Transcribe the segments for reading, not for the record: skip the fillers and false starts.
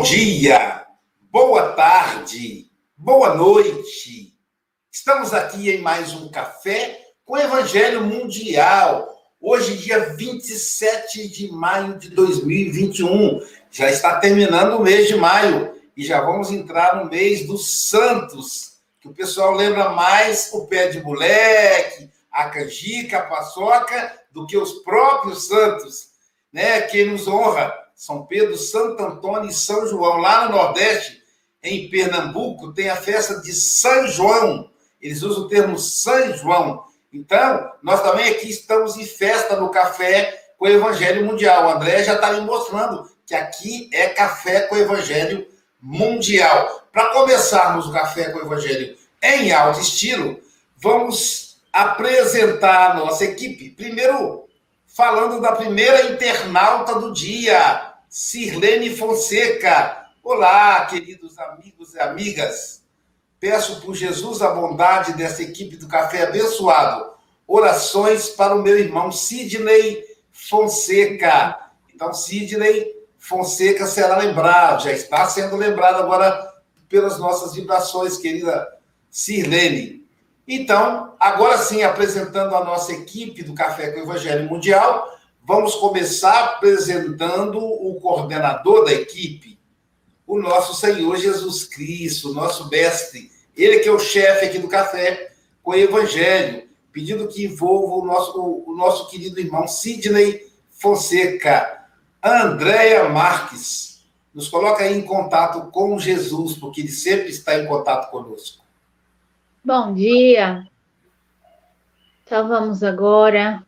dia, boa tarde, boa noite. Estamos aqui em mais um Café com Evangelho Mundial. Hoje, dia 27 de maio de 2021. Já está terminando o mês de maio e já vamos entrar no mês dos santos, que o pessoal lembra mais o pé de moleque, a canjica, a paçoca, do que os próprios santos, né? Quem nos honra, São Pedro, Santo Antônio e São João. Lá no Nordeste, em Pernambuco, tem a festa de São João. Eles usam o termo São João. Então, nós também aqui estamos em festa no Café com o Evangelho Mundial. O André já está me mostrando que aqui é Café com o Evangelho Mundial. Para começarmos o Café com o Evangelho em alto estilo, vamos apresentar a nossa equipe. Primeiro, falando da primeira internauta do dia, Sirlene Fonseca. Olá, queridos amigos e amigas. Peço por Jesus a bondade dessa equipe do Café abençoado. Orações para o meu irmão Sidney Fonseca. Então, Sidney Fonseca será lembrado, já está sendo lembrado agora pelas nossas vibrações, querida Sirlene. Então, agora sim, apresentando a nossa equipe do Café com o Evangelho Mundial, vamos começar apresentando o coordenador da equipe, o nosso Senhor Jesus Cristo, o nosso mestre. Ele que é o chefe aqui do Café com o Evangelho, pedindo que envolva o nosso querido irmão Sidney Fonseca. Andréia Marques, nos coloca aí em contato com Jesus, porque ele sempre está em contato conosco. Bom dia. Então vamos agora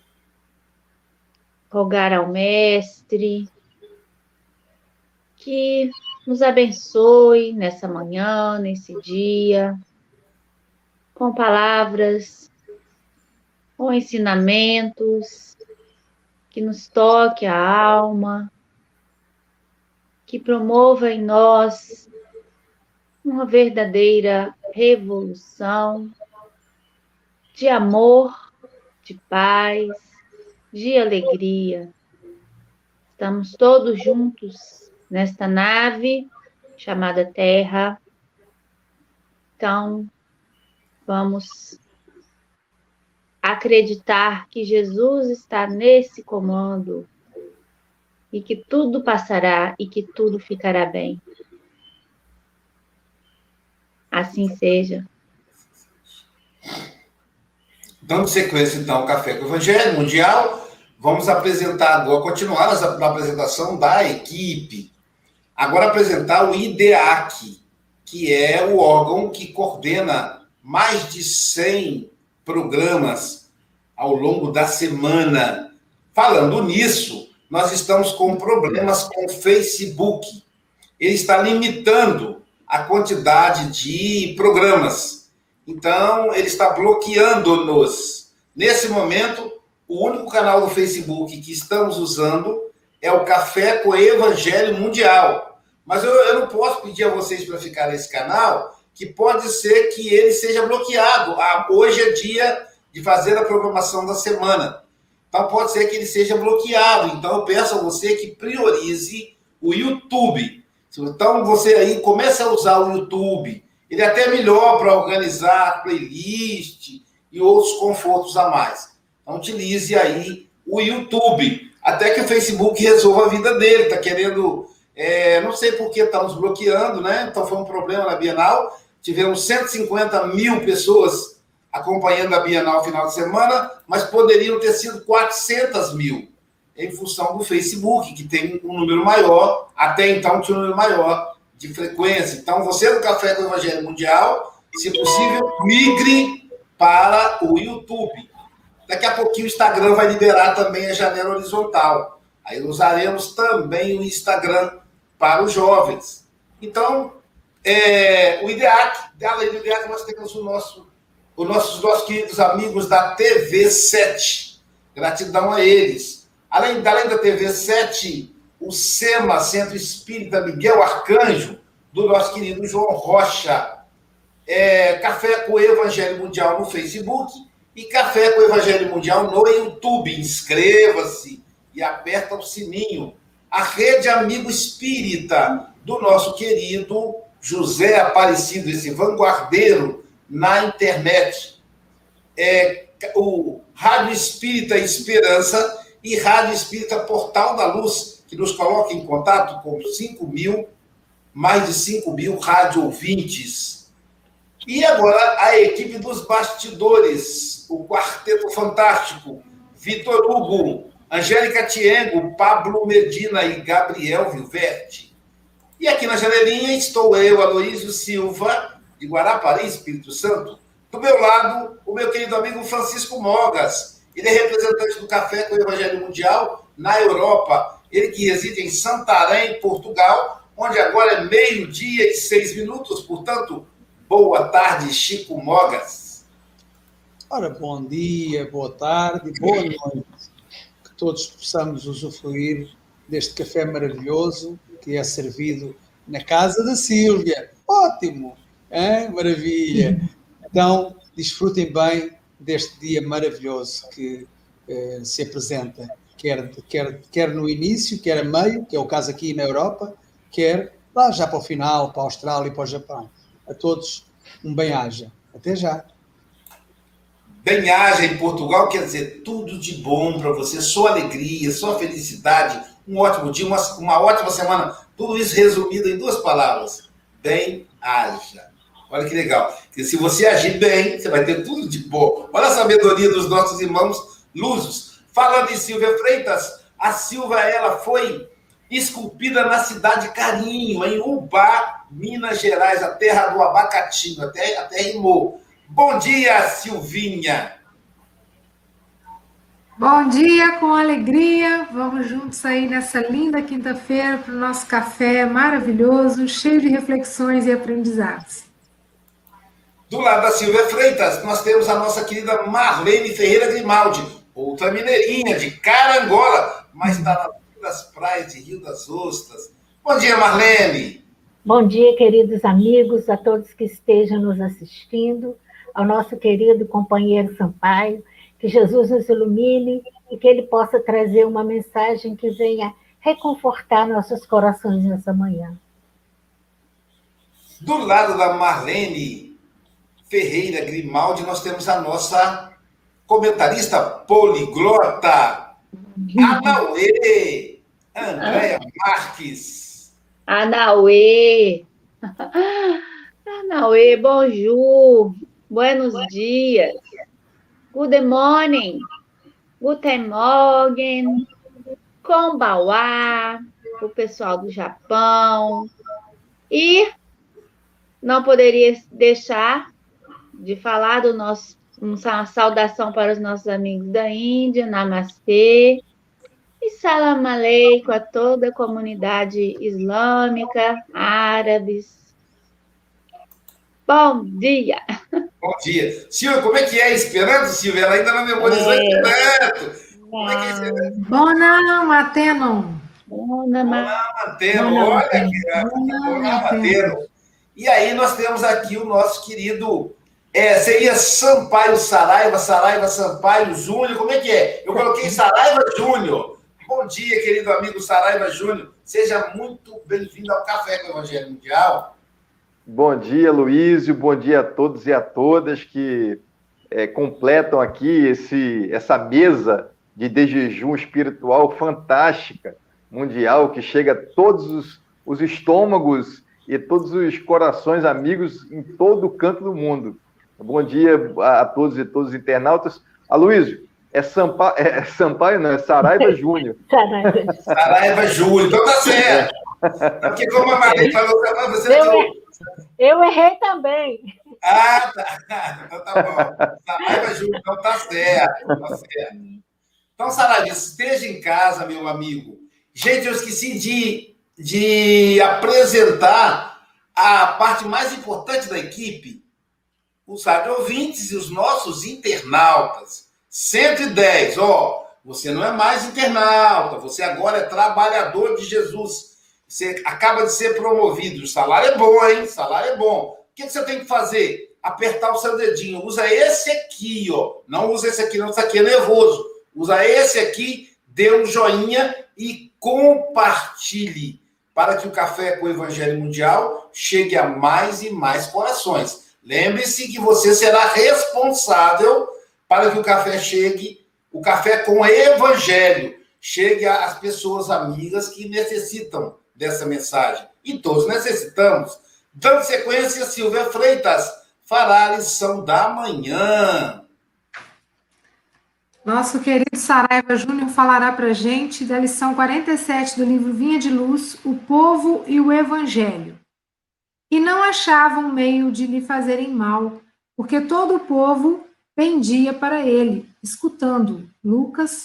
rogar ao Mestre que nos abençoe nessa manhã, nesse dia, com palavras, com ensinamentos, que nos toque a alma, que promova em nós uma verdadeira revolução de amor, de paz, de alegria. Estamos todos juntos nesta nave chamada Terra. Então, vamos acreditar que Jesus está nesse comando e que tudo passará e que tudo ficará bem. Assim seja. Dando sequência, então, ao Café com o Evangelho Mundial, vamos apresentar agora, continuar a apresentação da equipe. Agora apresentar o IDEAC, que é o órgão que coordena mais de 100 programas ao longo da semana. Falando nisso, nós estamos com problemas com o Facebook. Ele está limitando a quantidade de programas. Então, ele está bloqueando-nos. Nesse momento, o único canal do Facebook que estamos usando é o Café com o Evangelho Mundial. Mas eu não posso pedir a vocês para ficar nesse canal, que pode ser que ele seja bloqueado. Hoje é dia de fazer a programação da semana. Então, pode ser que ele seja bloqueado. Então, eu peço a você que priorize o YouTube. Então, você aí começa a usar o YouTube. Ele é até melhor para organizar playlist e outros confortos a mais. Então, utilize aí o YouTube. Até que o Facebook resolva a vida dele. Está querendo... não sei por que está nos bloqueando, né? Então, foi um problema na Bienal. Tivemos 150 mil pessoas acompanhando a Bienal no final de semana, mas poderiam ter sido 400 mil. Em função do Facebook, que tem um número maior, até então tinha um número maior de frequência. Então, você do Café com o Evangelho Mundial, se possível, migre para o YouTube. Daqui a pouquinho o Instagram vai liberar também a janela horizontal. Aí usaremos também o Instagram para os jovens. Então, o IDEAC, além do IDEAC, nós temos os nossos queridos amigos da TV7. Gratidão a eles. Além da TV7, o SEMA, Centro Espírita Miguel Arcanjo, do nosso querido João Rocha. Café com o Evangelho Mundial no Facebook e Café com o Evangelho Mundial no YouTube. Inscreva-se e aperta o sininho. A Rede Amigo Espírita, do nosso querido José Aparecido, esse vanguardeiro na internet. O Rádio Espírita Esperança e Rádio Espírita Portal da Luz, que nos coloca em contato com mais de 5 mil rádio ouvintes. E agora a equipe dos bastidores, o Quarteto Fantástico, Vitor Hugo, Angélica Tiengo, Pablo Medina e Gabriel Vilverte. E aqui na janelinha estou eu, Aloísio Silva, de Guarapari, Espírito Santo. Do meu lado, o meu querido amigo Francisco Mogas. Ele é representante do Café com o Evangelho Mundial na Europa. Ele que reside em Santarém, Portugal, onde agora é 12:06, portanto, boa tarde, Chico Mogas. Ora, bom dia, boa tarde, boa noite. Que todos possamos usufruir deste café maravilhoso que é servido na casa da Sílvia. Ótimo! Hein? Maravilha! Então, desfrutem bem deste dia maravilhoso que se apresenta, quer no início, quer a meio, que é o caso aqui na Europa, quer lá já para o final, para a Austrália e para o Japão. A todos, um bem-aja. Até já. Bem-aja em Portugal quer dizer tudo de bom para você, sua alegria, sua felicidade, um ótimo dia, uma ótima semana. Tudo isso resumido em 2 palavras. Bem-aja. Olha que legal. Porque se você agir bem, você vai ter tudo de bom. Olha a sabedoria dos nossos irmãos lusos. Falando em Silvia Freitas, a Silva, ela foi esculpida na cidade de Carinho, em Ubá, Minas Gerais, a terra do abacatinho, até rimou. Bom dia, Silvinha! Bom dia, com alegria. Vamos juntos aí nessa linda quinta-feira para o nosso café maravilhoso, cheio de reflexões e aprendizados. Do lado da Silvia Freitas, nós temos a nossa querida Marlene Ferreira Grimaldi, outra mineirinha de Carangola, mas está nas praias de Rio das Ostras. Bom dia, Marlene! Bom dia, queridos amigos, a todos que estejam nos assistindo, ao nosso querido companheiro Sampaio, que Jesus nos ilumine e que ele possa trazer uma mensagem que venha reconfortar nossos corações nessa manhã. Do lado da Marlene Ferreira Grimaldi, nós temos a nossa comentarista poliglota, Anauê, Andréia Marques. Anauê! Anauê, bonjour! Buenos dias! Good morning! Guten Morgen! Konbanwa! O pessoal do Japão. E não poderia deixar de falar uma saudação para os nossos amigos da Índia, Namastê, e Salam Aleikum a toda a comunidade islâmica, árabes. Bom dia! Bom dia. Silvia, como é que é esperando, Silvia? Ela ainda não memorizou esperando. Como é que é esperando? Bona mateno. Bona mateno. Olha que mateno. E aí nós temos aqui o nosso querido... seria Sampaio Saraiva Sampaio Júnior. Como é que é? Eu coloquei Saraiva Júnior. Bom dia, querido amigo Saraiva Júnior. Seja muito bem-vindo ao Café com o Evangelho Mundial. Bom dia, Luísio. Bom dia a todos e a todas que completam aqui essa mesa de jejum espiritual fantástica, mundial, que chega a todos os estômagos e todos os corações amigos em todo o canto do mundo. Bom dia a todos e todos os internautas. Aloísio, Sampaio, não, é Saraiva Júnior. Saraiva Júnior, então tá certo. Porque como a Maria falou, você eu errei também. Ah, tá. Então tá bom. Saraiva Júnior, então tá certo. Então, Saraiva, esteja em casa, meu amigo. Gente, eu esqueci de apresentar a parte mais importante da equipe, os rádio ouvintes e os nossos internautas. 110, você não é mais internauta, você agora é trabalhador de Jesus. Você acaba de ser promovido. O salário é bom, hein? Salário é bom. O que você tem que fazer? Apertar o seu dedinho. Usa esse aqui, Não usa esse aqui, não. Isso aqui é nervoso. Usa esse aqui, dê um joinha e compartilhe. para que o Café com o Evangelho Mundial chegue a mais e mais corações. Lembre-se que você será responsável para que o Café com o Evangelho chegue às pessoas amigas que necessitam dessa mensagem. E todos necessitamos. Dando sequência, Silvia Freitas fará a lição da manhã. Nosso querido Saraiva Júnior falará para a gente da lição 47 do livro Vinha de Luz, O Povo e o Evangelho. E não achavam meio de lhe fazerem mal, porque todo o povo pendia para ele, escutando. Lucas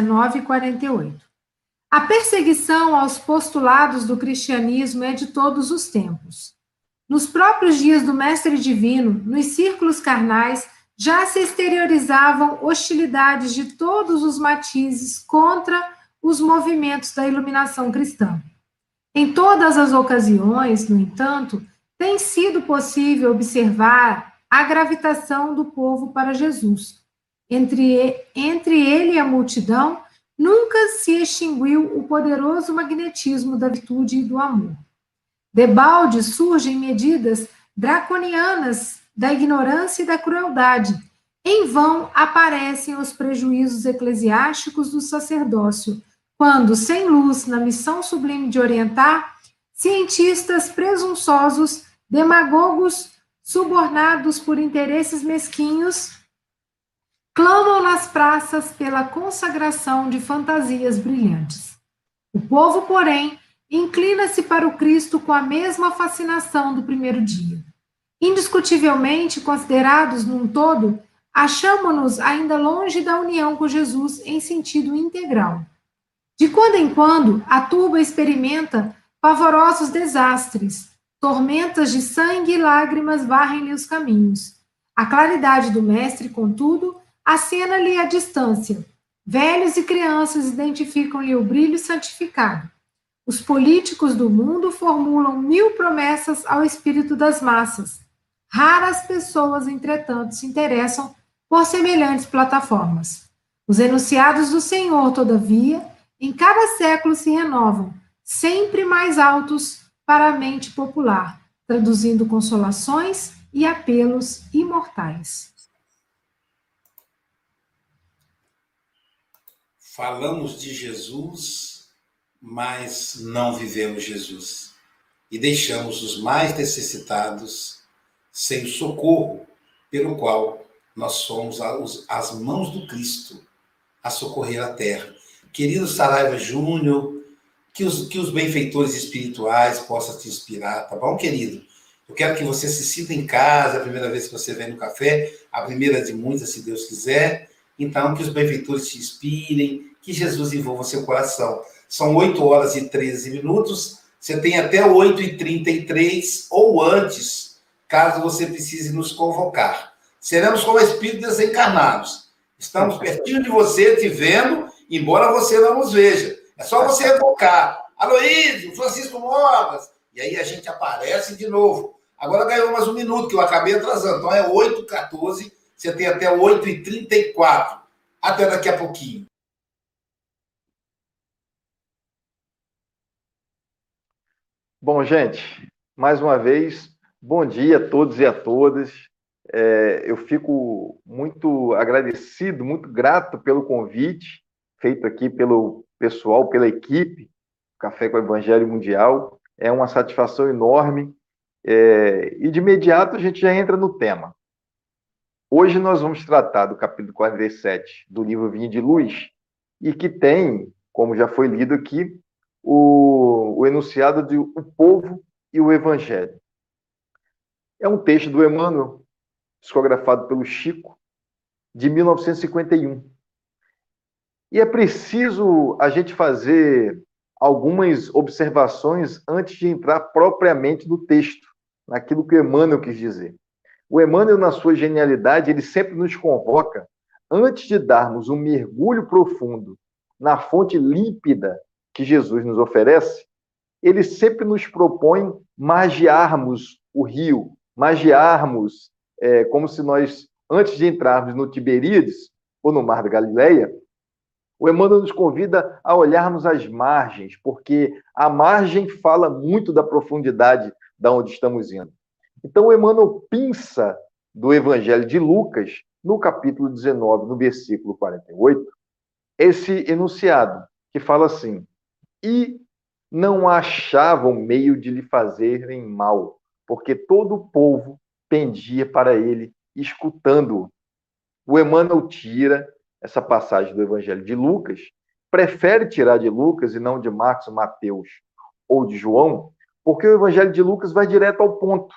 19:48. A perseguição aos postulados do cristianismo é de todos os tempos. Nos próprios dias do Mestre Divino, nos círculos carnais, já se exteriorizavam hostilidades de todos os matizes contra os movimentos da iluminação cristã. Em todas as ocasiões, no entanto, tem sido possível observar a gravitação do povo para Jesus. Entre ele e a multidão, nunca se extinguiu o poderoso magnetismo da virtude e do amor. Debalde surgem medidas draconianas da ignorância e da crueldade. Em vão aparecem os prejuízos eclesiásticos do sacerdócio, quando, sem luz na missão sublime de orientar, cientistas presunçosos, demagogos, subornados por interesses mesquinhos, clamam nas praças pela consagração de fantasias brilhantes. O povo, porém, inclina-se para o Cristo com a mesma fascinação do primeiro dia. Indiscutivelmente considerados num todo, achamo-nos ainda longe da união com Jesus em sentido integral. De quando em quando, a turba experimenta pavorosos desastres, tormentas de sangue e lágrimas varrem-lhe os caminhos. A claridade do Mestre, contudo, acena-lhe a distância. Velhos e crianças identificam-lhe o brilho santificado. Os políticos do mundo formulam 1000 promessas ao espírito das massas. Raras pessoas, entretanto, se interessam por semelhantes plataformas. Os enunciados do Senhor, todavia, em cada século se renovam, sempre mais altos para a mente popular, traduzindo consolações e apelos imortais. Falamos de Jesus, mas não vivemos Jesus. E deixamos os mais necessitados sem o socorro pelo qual nós somos as mãos do Cristo a socorrer a terra. Querido Saraiva Júnior, que os benfeitores espirituais possam te inspirar, tá bom, querido? Eu quero que você se sinta em casa, a primeira vez que você vem no café, a primeira de muitas, se Deus quiser. Então, que os benfeitores te inspirem, que Jesus envolva seu coração. São 8h13, você tem até 8h33 ou antes, caso você precise nos convocar. Seremos como espíritos desencarnados. Estamos pertinho de você, te vendo, embora você não nos veja. É só você evocar. Aloísio, Francisco Mogas. E aí a gente aparece de novo. Agora ganhou mais um minuto, que eu acabei atrasando. Então é 8h14, você tem até 8h34. Até daqui a pouquinho. Bom, gente, mais uma vez, bom dia a todos e a todas. Eu fico muito agradecido, muito grato pelo convite feito aqui pelo pessoal, pela equipe Café com o Evangelho Mundial. É uma satisfação enorme. E de imediato a gente já entra no tema. Hoje nós vamos tratar do capítulo 47 do livro Vinha de Luz, e que tem, como já foi lido aqui, o enunciado de O Povo e o Evangelho. É um texto do Emmanuel, psicografado pelo Chico, de 1951. E é preciso a gente fazer algumas observações antes de entrar propriamente no texto, naquilo que o Emmanuel quis dizer. O Emmanuel, na sua genialidade, ele sempre nos convoca, antes de darmos um mergulho profundo na fonte límpida que Jesus nos oferece, ele sempre nos propõe magiarmos o rio, magiarmos, como se nós, antes de entrarmos no Tiberíades, ou no Mar da Galileia, O Emmanuel nos convida a olharmos as margens, porque a margem fala muito da profundidade da onde estamos indo. Então, o Emmanuel pinça do Evangelho de Lucas, no capítulo 19, no versículo 48, esse enunciado, que fala assim: e não achavam meio de lhe fazerem mal, porque todo o povo pendia para ele, escutando-o. O Emmanuel tira essa passagem do Evangelho de Lucas, prefere tirar de Lucas e não de Marcos, Mateus ou de João, porque o Evangelho de Lucas vai direto ao ponto.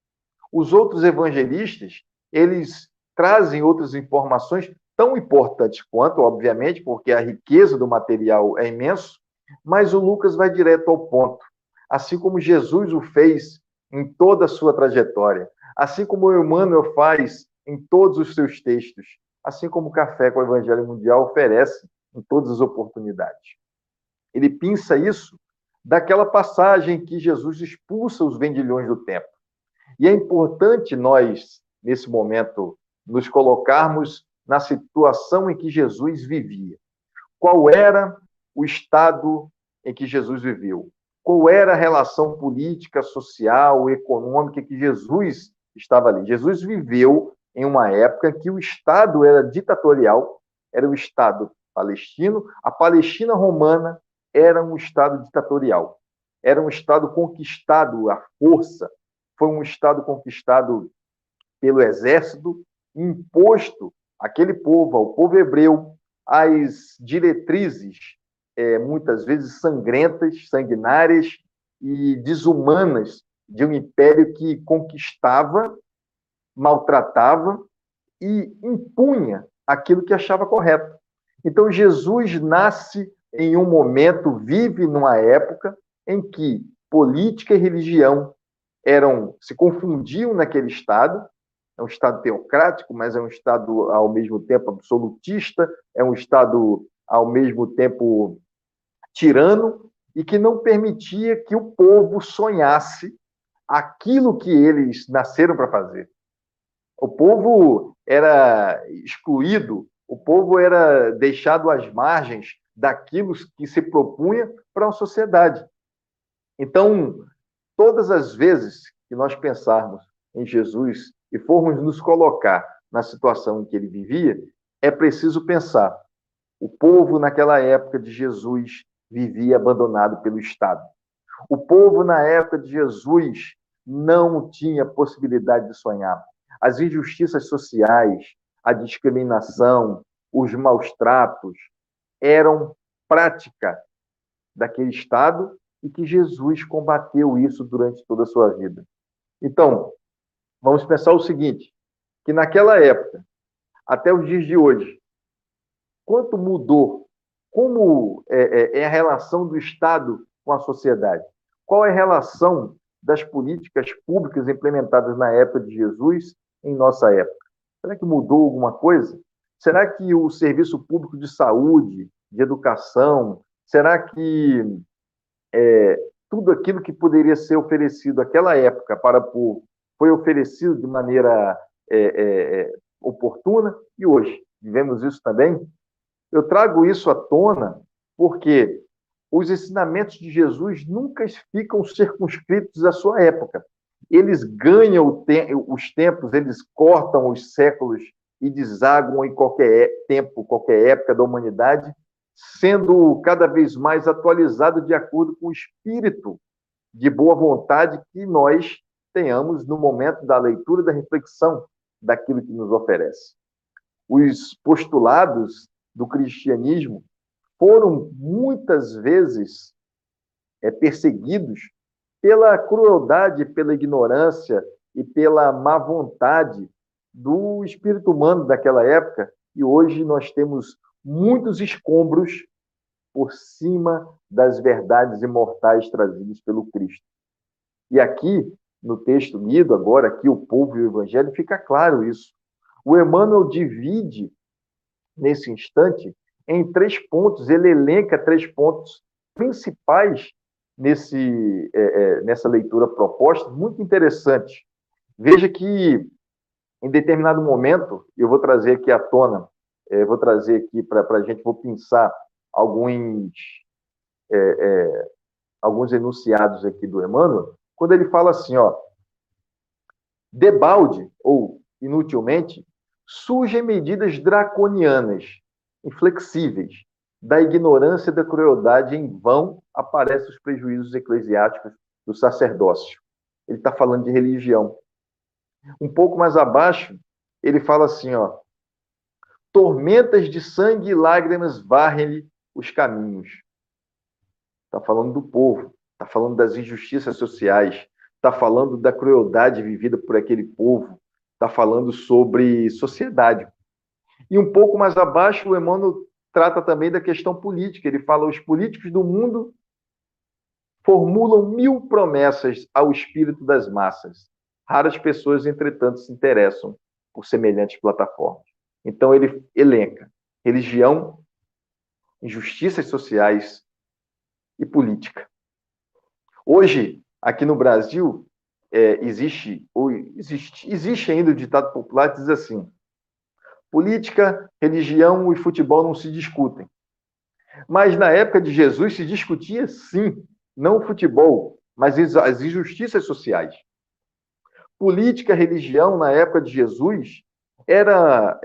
Os outros evangelistas, eles trazem outras informações tão importantes quanto, obviamente, porque a riqueza do material é imenso, mas o Lucas vai direto ao ponto, assim como Jesus o fez em toda a sua trajetória, assim como o Emmanuel faz em todos os seus textos, assim como o Café com o Evangelho Mundial oferece em todas as oportunidades. Ele pinça isso daquela passagem que Jesus expulsa os vendilhões do templo. E é importante nós, nesse momento, nos colocarmos na situação em que Jesus vivia. Qual era o estado em que Jesus viveu? Qual era a relação política, social, econômica que Jesus estava ali? Jesus viveu em uma época em que o Estado era ditatorial, era o Estado palestino, a Palestina romana era um Estado ditatorial, era um Estado conquistado à força, foi um Estado conquistado pelo exército, imposto àquele povo, ao povo hebreu, as diretrizes, muitas vezes sangrentas, sanguinárias e desumanas de um império que conquistava, maltratava e impunha aquilo que achava correto. Então, Jesus nasce em um momento, vive numa época em que política e religião se confundiam naquele Estado. É um Estado teocrático, mas é um Estado, ao mesmo tempo, absolutista, é um Estado, ao mesmo tempo, tirano, e que não permitia que o povo sonhasse aquilo que eles nasceram para fazer. O povo era excluído, o povo era deixado às margens daquilo que se propunha para a sociedade. Então, todas as vezes que nós pensarmos em Jesus e formos nos colocar na situação em que ele vivia, é preciso pensar: o povo naquela época de Jesus vivia abandonado pelo Estado. O povo na época de Jesus não tinha possibilidade de sonhar. As injustiças sociais, a discriminação, os maus tratos eram prática daquele Estado e que Jesus combateu isso durante toda a sua vida. Então, vamos pensar o seguinte, que naquela época, até os dias de hoje, quanto mudou? Como é a relação do Estado com a sociedade? Qual é a relação das políticas públicas implementadas na época de Jesus em nossa época? Será que mudou alguma coisa? Será que o serviço público de saúde, de educação, será que tudo aquilo que poderia ser oferecido naquela época para o povo foi oferecido de maneira oportuna? E hoje, vivemos isso também? Eu trago isso à tona porque os ensinamentos de Jesus nunca ficam circunscritos à sua época. Eles ganham os tempos, eles cortam os séculos e desaguam em qualquer tempo, qualquer época da humanidade, sendo cada vez mais atualizado de acordo com o espírito de boa vontade que nós tenhamos no momento da leitura e da reflexão daquilo que nos oferece. Os postulados do cristianismo foram muitas vezes perseguidos pela crueldade, pela ignorância e pela má vontade do espírito humano daquela época, e hoje nós temos muitos escombros por cima das verdades imortais trazidas pelo Cristo. E aqui, no texto lido agora, aqui o povo e o evangelho, fica claro isso. O Emmanuel divide, nesse instante, em 3 pontos, ele elenca 3 pontos principais nessa leitura proposta, muito interessante. Veja que, em determinado momento, eu vou trazer aqui à tona vou trazer aqui para a gente, vou pensar alguns enunciados aqui do Emmanuel, quando ele fala assim, ó, debalde, ou inutilmente, surgem medidas draconianas, inflexíveis, da ignorância e da crueldade, em vão aparecem os prejuízos eclesiásticos do sacerdócio. Ele está falando de religião. Um pouco mais abaixo, ele fala assim, ó, tormentas de sangue e lágrimas varrem-lhe os caminhos. Está falando do povo, está falando das injustiças sociais, está falando da crueldade vivida por aquele povo, está falando sobre sociedade. E um pouco mais abaixo, o Emmanuel trata também da questão política. Ele fala, os políticos do mundo formulam 1000 promessas ao espírito das massas. Raras pessoas, entretanto, se interessam por semelhantes plataformas. Então, ele elenca religião, injustiças sociais e política. Hoje, aqui no Brasil, existe ainda o ditado popular que diz assim, política, religião e futebol não se discutem. Mas na época de Jesus se discutia, sim, não o futebol, mas as injustiças sociais. Política, religião, na época de Jesus, era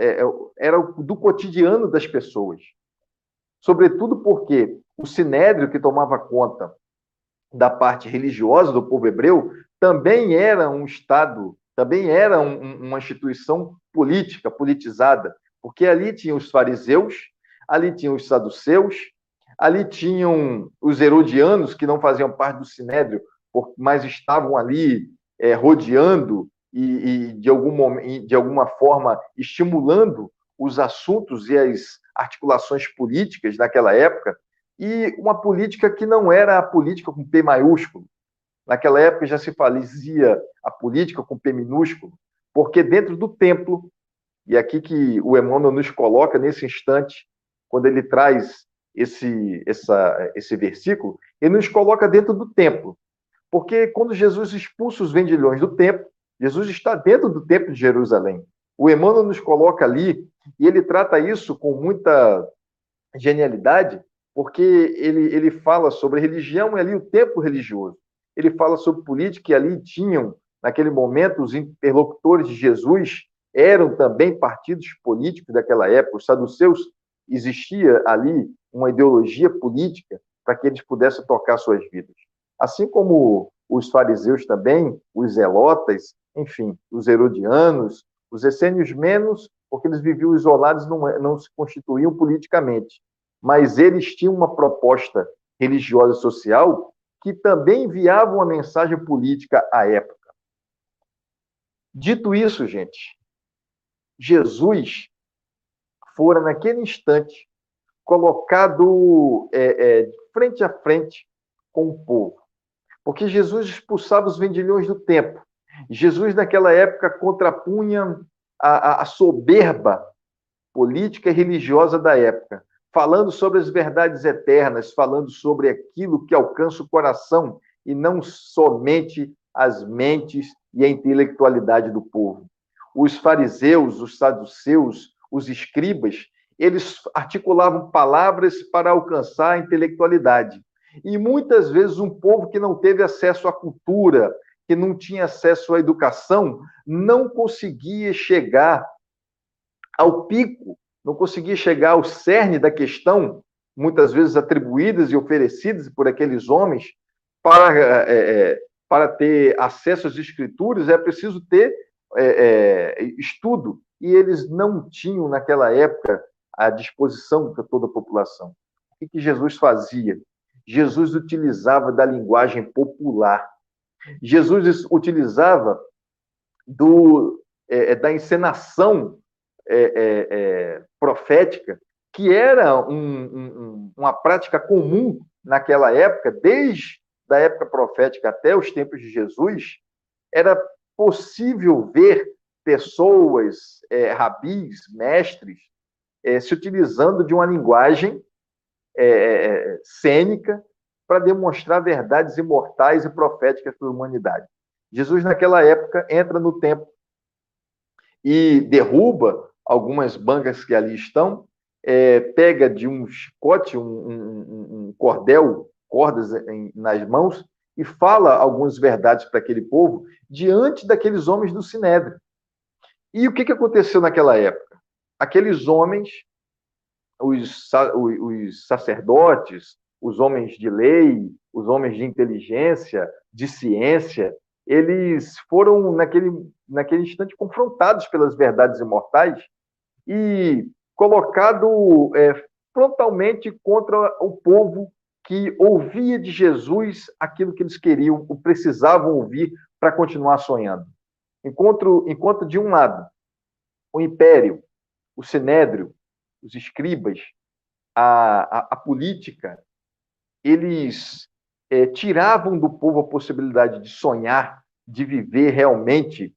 do cotidiano das pessoas. Sobretudo porque o Sinédrio, que tomava conta da parte religiosa do povo hebreu, também era um Estado, também era uma instituição política, politizada, porque ali tinham os fariseus, ali tinham os saduceus, ali tinham os herodianos, que não faziam parte do Sinédrio, mas estavam ali rodeando e de alguma forma estimulando os assuntos e as articulações políticas naquela época, e uma política que não era a política com P maiúsculo. Naquela época já se fazia a política com P minúsculo, porque dentro do templo, e aqui que o Emmanuel nos coloca nesse instante, quando ele traz esse versículo, ele nos coloca dentro do templo. Porque quando Jesus expulsa os vendilhões do templo, Jesus está dentro do templo de Jerusalém. O Emmanuel nos coloca ali, e ele trata isso com muita genialidade, porque ele fala sobre religião e ali o templo religioso. Ele fala sobre política e ali tinham, naquele momento, os interlocutores de Jesus eram também partidos políticos daquela época. Os saduceus, existia ali uma ideologia política para que eles pudessem tocar suas vidas. Assim como os fariseus também, os zelotas, enfim, os herodianos, os essênios menos, porque eles viviam isolados e não se constituíam politicamente. Mas eles tinham uma proposta religiosa e social que também enviava uma mensagem política à época. Dito isso, gente, Jesus fora, naquele instante, colocado frente a frente com o povo. Porque Jesus expulsava os vendilhões do templo. Jesus, naquela época, contrapunha a soberba política e religiosa da época, falando sobre as verdades eternas, falando sobre aquilo que alcança o coração e não somente as mentes e a intelectualidade do povo. Os fariseus, os saduceus, os escribas, eles articulavam palavras para alcançar a intelectualidade. E muitas vezes um povo que não teve acesso à cultura, que não tinha acesso à educação, não conseguia chegar ao pico, não conseguia chegar ao cerne da questão, muitas vezes atribuídas e oferecidas por aqueles homens. Para ter acesso às escrituras é preciso ter estudo, e eles não tinham naquela época à disposição de toda a população. O que Jesus fazia? Jesus utilizava da linguagem popular. Jesus utilizava da encenação profética, que era uma prática comum naquela época, desde a época profética até os tempos de Jesus. Era possível ver pessoas, rabis, mestres, se utilizando de uma linguagem cênica para demonstrar verdades imortais e proféticas para a humanidade. Jesus, naquela época, entra no templo e derruba algumas bancas que ali estão, pega de um chicote, um cordel, cordas nas mãos, e fala algumas verdades para aquele povo diante daqueles homens do Sinédrio. E o que aconteceu naquela época? Aqueles homens, os sacerdotes, os homens de lei, os homens de inteligência, de ciência, eles foram, naquele instante, confrontados pelas verdades imortais e colocado frontalmente contra o povo que ouvia de Jesus aquilo que eles queriam, ou precisavam ouvir para continuar sonhando. Enquanto de um lado, o império, o sinédrio, os escribas, a política, eles tiravam do povo a possibilidade de sonhar, de viver realmente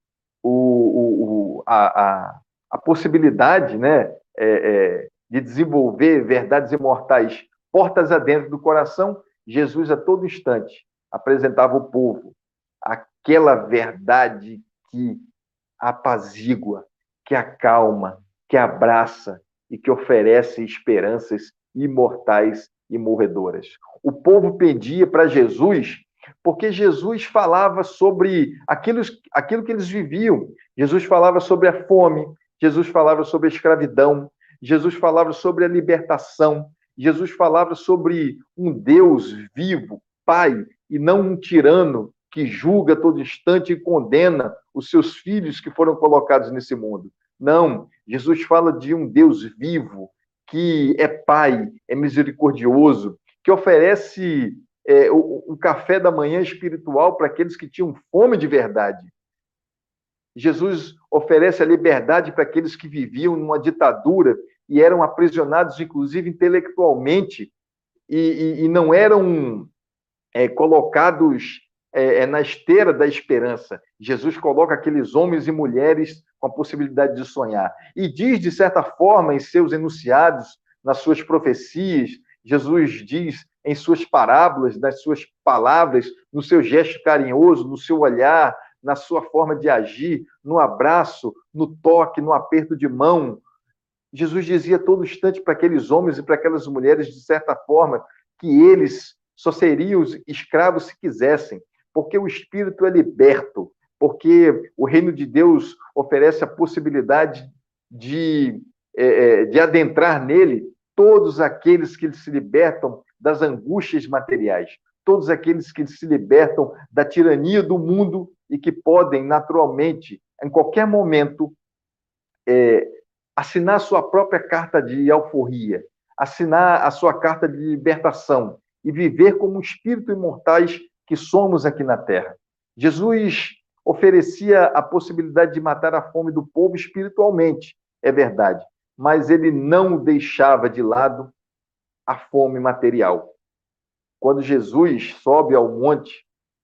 a possibilidade, né, de desenvolver verdades imortais, portas adentro do coração. Jesus, a todo instante, apresentava ao povo aquela verdade que apazigua, que acalma, que abraça e que oferece esperanças imortais e morredoras. O povo pedia para Jesus, porque Jesus falava sobre aquilo que eles viviam. Jesus falava sobre a fome, Jesus falava sobre a escravidão, Jesus falava sobre a libertação, Jesus falava sobre um Deus vivo, Pai, e não um tirano que julga a todo instante e condena os seus filhos que foram colocados nesse mundo. Não, Jesus fala de um Deus vivo, que é Pai, é misericordioso, que oferece um café da manhã espiritual para aqueles que tinham fome de verdade. Jesus oferece a liberdade para aqueles que viviam numa ditadura e eram aprisionados, inclusive intelectualmente, e não eram colocados na esteira da esperança. Jesus coloca aqueles homens e mulheres com a possibilidade de sonhar. E diz, de certa forma, em seus enunciados, nas suas profecias, Jesus diz em suas parábolas, nas suas palavras, no seu gesto carinhoso, no seu olhar, na sua forma de agir, no abraço, no toque, no aperto de mão. Jesus dizia a todo instante para aqueles homens e para aquelas mulheres, de certa forma, que eles só seriam escravos se quisessem, porque o espírito é liberto, porque o reino de Deus oferece a possibilidade de adentrar nele todos aqueles que se libertam das angústias materiais, todos aqueles que se libertam da tirania do mundo e que podem, naturalmente, em qualquer momento, assinar sua própria carta de alforria, assinar a sua carta de libertação e viver como espíritos imortais que somos aqui na Terra. Jesus oferecia a possibilidade de matar a fome do povo espiritualmente, é verdade, mas ele não deixava de lado a fome material. Quando Jesus sobe ao monte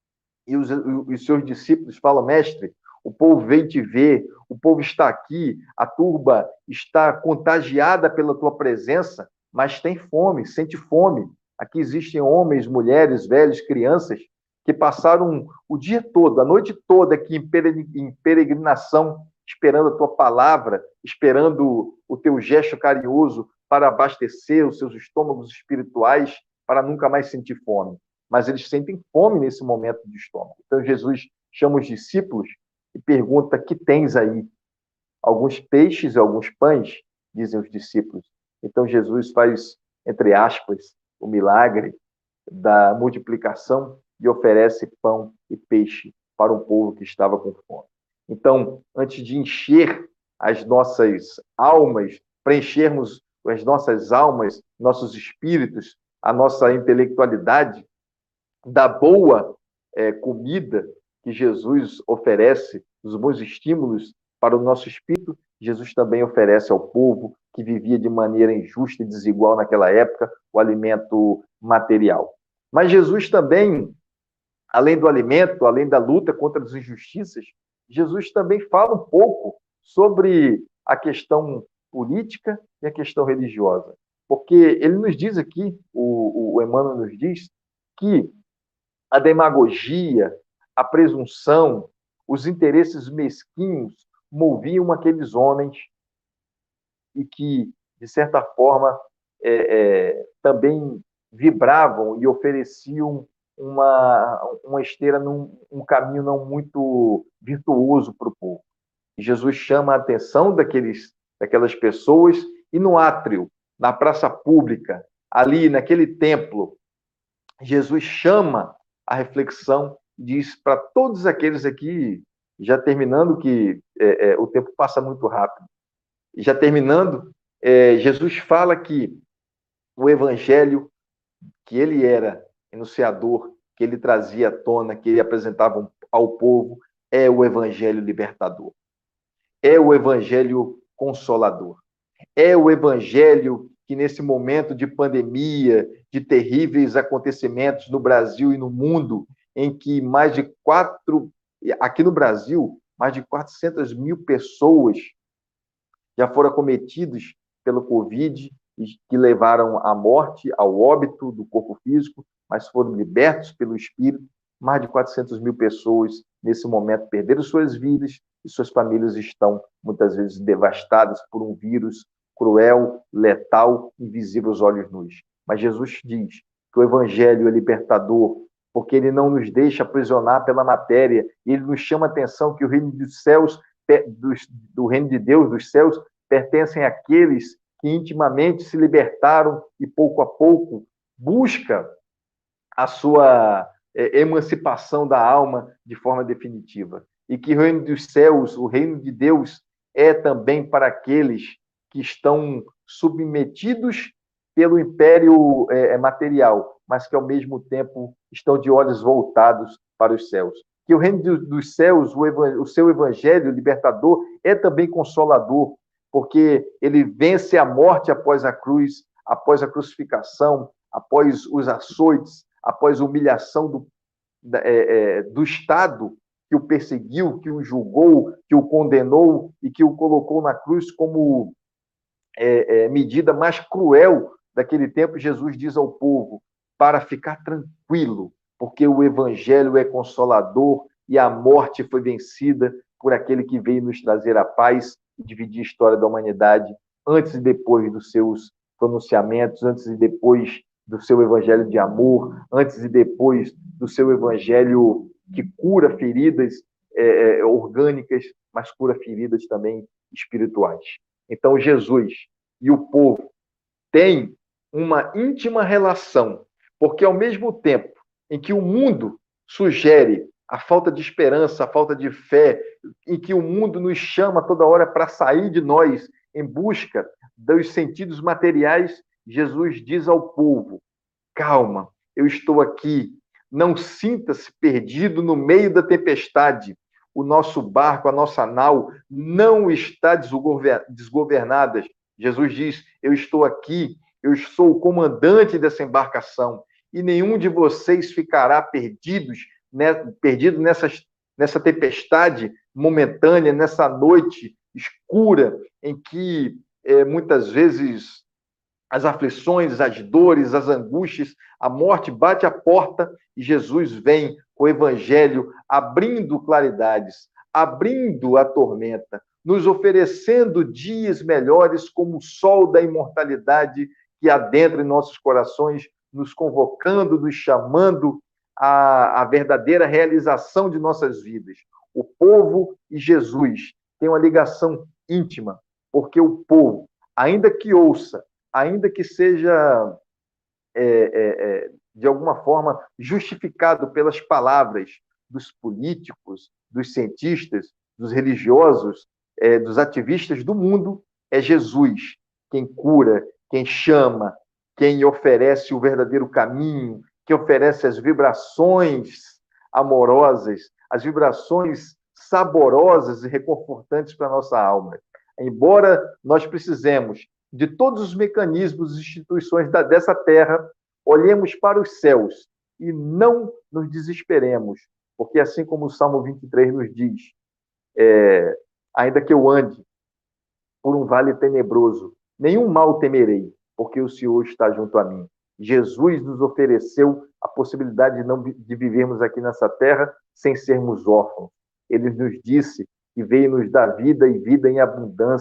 e os seus discípulos falam: mestre, o povo veio te ver, o povo está aqui, a turba está contagiada pela tua presença, mas tem fome, sente fome. Aqui existem homens, mulheres, velhos, crianças que passaram o dia todo, a noite toda aqui em peregrinação, esperando a tua palavra, esperando o teu gesto carinhoso para abastecer os seus estômagos espirituais, para nunca mais sentir fome. Mas eles sentem fome nesse momento de estômago. Então Jesus chama os discípulos e pergunta: que tens aí? Alguns peixes e alguns pães, dizem os discípulos. Então Jesus faz, entre aspas, o milagre da multiplicação e oferece pão e peixe para um povo que estava com fome. Então, antes de encher as nossas almas, preenchermos as nossas almas, nossos espíritos, a nossa intelectualidade, da boa comida que Jesus oferece, os bons estímulos para o nosso espírito, Jesus também oferece ao povo que vivia de maneira injusta e desigual naquela época o alimento material. Mas Jesus também, além do alimento, além da luta contra as injustiças, Jesus também fala um pouco sobre a questão política e a questão religiosa. Porque ele nos diz aqui, o Emmanuel nos diz, que a demagogia, a presunção, os interesses mesquinhos moviam aqueles homens e que, de certa forma, também vibravam e ofereciam uma esteira um caminho não muito virtuoso para o povo. E Jesus chama a atenção daquelas pessoas, e no átrio, na praça pública, ali naquele templo, Jesus chama a reflexão, diz para todos aqueles aqui, já terminando, que o tempo passa muito rápido, já terminando, Jesus fala que o evangelho que ele era enunciador, que ele trazia à tona, que ele apresentava ao povo, é o evangelho libertador, é o evangelho consolador, é o evangelho que, nesse momento de pandemia, de terríveis acontecimentos no Brasil e no mundo, em que aqui no Brasil, mais de 400 mil pessoas já foram acometidas pelo Covid, que levaram à morte, ao óbito do corpo físico, mas foram libertos pelo Espírito. Mais de 400 mil pessoas, nesse momento, perderam suas vidas e suas famílias estão, muitas vezes, devastadas por um vírus cruel, letal, invisível aos olhos nus. Mas Jesus diz que o Evangelho é libertador, porque ele não nos deixa aprisionar pela matéria, e ele nos chama a atenção que o reino dos céus, do reino de Deus, dos céus, pertencem àqueles que intimamente se libertaram e, pouco a pouco, busca a sua emancipação da alma de forma definitiva. E que o reino dos céus, o reino de Deus, é também para aqueles que estão submetidos pelo império material, mas que, ao mesmo tempo, estão de olhos voltados para os céus. Que o reino dos céus, o seu evangelho libertador, é também consolador, porque ele vence a morte após a cruz, após a crucificação, após os açoites, após a humilhação do Estado que o perseguiu, que o julgou, que o condenou e que o colocou na cruz como medida mais cruel daquele tempo. Jesus diz ao povo para ficar tranquilo, porque o evangelho é consolador e a morte foi vencida por aquele que veio nos trazer a paz e dividir a história da humanidade antes e depois dos seus pronunciamentos, antes e depois do seu evangelho de amor, antes e depois do seu evangelho que cura feridas orgânicas, mas cura feridas também espirituais. Então, Jesus e o povo têm uma íntima relação, porque, ao mesmo tempo em que o mundo sugere a falta de esperança, a falta de fé, em que o mundo nos chama toda hora para sair de nós em busca dos sentidos materiais, Jesus diz ao povo: calma, eu estou aqui, não sinta-se perdido no meio da tempestade. O nosso barco, a nossa nau, não está desgovernada. Jesus diz: eu estou aqui, eu sou o comandante dessa embarcação, e nenhum de vocês ficará perdido nessa tempestade momentânea, nessa noite escura, em que muitas vezes as aflições, as dores, as angústias, a morte bate à porta e Jesus vem com o evangelho abrindo claridades, abrindo a tormenta, nos oferecendo dias melhores como o sol da imortalidade que adentra em nossos corações, nos convocando, nos chamando à verdadeira realização de nossas vidas. O povo e Jesus têm uma ligação íntima, porque o povo, ainda que ouça, ainda que seja, de alguma forma, justificado pelas palavras dos políticos, dos cientistas, dos religiosos, dos ativistas do mundo, é Jesus quem cura, quem chama, quem oferece o verdadeiro caminho, quem oferece as vibrações amorosas, as vibrações saborosas e reconfortantes para a nossa alma. Embora nós precisemos de todos os mecanismos e instituições dessa terra, olhemos para os céus e não nos desesperemos, porque assim como o Salmo 23 nos diz, ainda que eu ande por um vale tenebroso, nenhum mal temerei, porque o Senhor está junto a mim. Jesus nos ofereceu a possibilidade de vivermos aqui nessa terra sem sermos órfãos. Ele nos disse que veio nos dar vida e vida em abundância.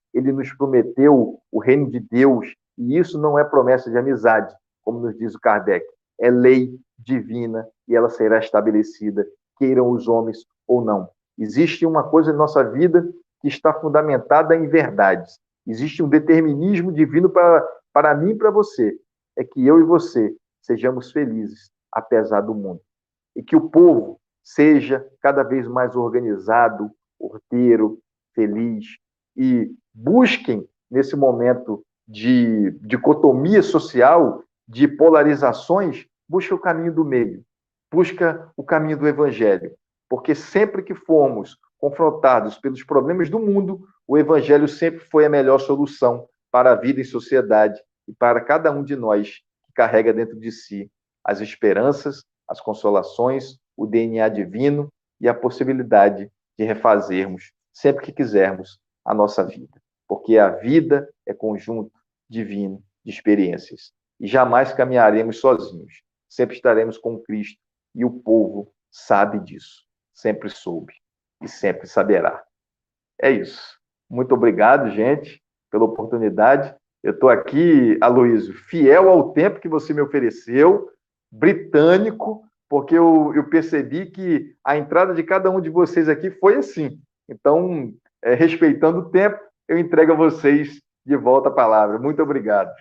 ele nos prometeu o reino de Deus, e isso não é promessa de amizade, como nos diz o Kardec, é lei divina e ela será estabelecida, queiram os homens ou não. Existe uma coisa em nossa vida que está fundamentada em verdades. Existe um determinismo divino para mim e para você. É que eu e você sejamos felizes, apesar do mundo. E que o povo seja cada vez mais organizado, ordeiro, feliz, e busquem, nesse momento de dicotomia social, de polarizações, busca o caminho do meio, busca o caminho do evangelho, porque sempre que formos confrontados pelos problemas do mundo, o evangelho sempre foi a melhor solução para a vida em sociedade e para cada um de nós que carrega dentro de si as esperanças, as consolações, o DNA divino e a possibilidade de refazermos, sempre que quisermos, a nossa vida. Porque a vida é conjunto divino de experiências. E jamais caminharemos sozinhos. Sempre estaremos com Cristo. E o povo sabe disso. Sempre soube. E sempre saberá. É isso. Muito obrigado, gente, pela oportunidade. Eu estou aqui, Aloysio, fiel ao tempo que você me ofereceu, britânico, porque eu percebi que a entrada de cada um de vocês aqui foi assim. Então, respeitando o tempo, eu entrego a vocês de volta a palavra. Muito obrigado.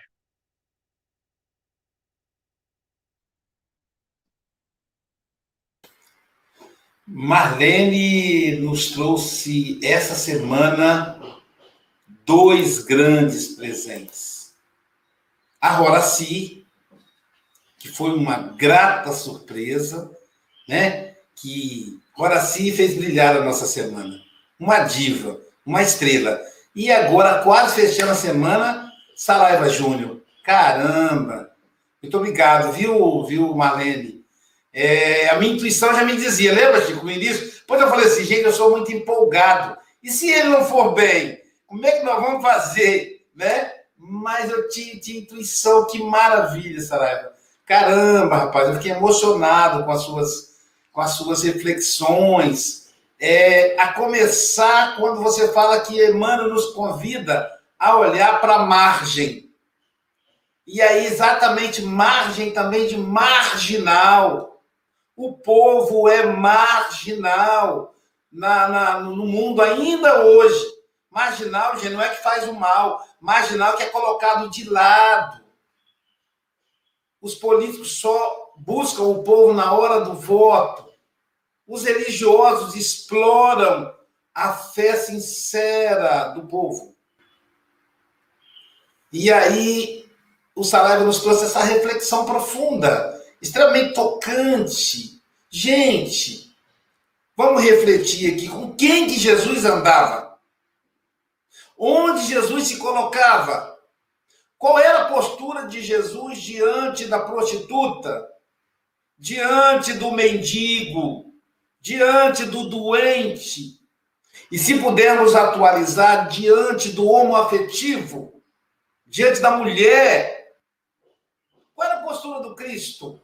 Marlene nos trouxe essa semana 2 grandes presentes. A Horaci, que foi uma grata surpresa, né? Que Horaci fez brilhar a nossa semana. Uma diva, uma estrela. E agora, quase fechando a semana, Saraiva Júnior. Caramba! Muito obrigado, viu, Marlene? A minha intuição já me dizia, lembra, Chico, no início? Depois eu falei assim, gente, eu sou muito empolgado. E se ele não for bem, como é que nós vamos fazer, né? Mas eu tinha intuição, que maravilha, Saraiva. Caramba, rapaz, eu fiquei emocionado com as suas reflexões. A começar quando você fala que Emmanuel nos convida a olhar para a margem. E aí, exatamente, margem também de marginal. O povo é marginal no mundo ainda hoje. Marginal, gente, não é que faz o mal. Marginal que é colocado de lado. Os políticos só buscam o povo na hora do voto. Os religiosos exploram a fé sincera do povo. E aí, o Saraiva nos trouxe essa reflexão profunda, extremamente tocante. Gente, vamos refletir aqui com quem que Jesus andava? Onde Jesus se colocava? Qual era a postura de Jesus diante da prostituta? Diante do mendigo? Diante do doente? E se pudermos atualizar, diante do homoafetivo? Diante da mulher? Qual era a postura do Cristo?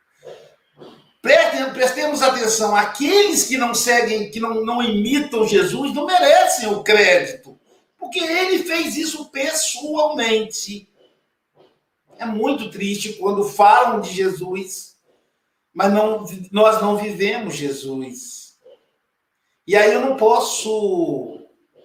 Prestemos atenção, aqueles que não seguem, que não imitam Jesus, não merecem o crédito, porque ele fez isso pessoalmente. É muito triste quando falam de Jesus, mas nós não vivemos Jesus. E aí eu não posso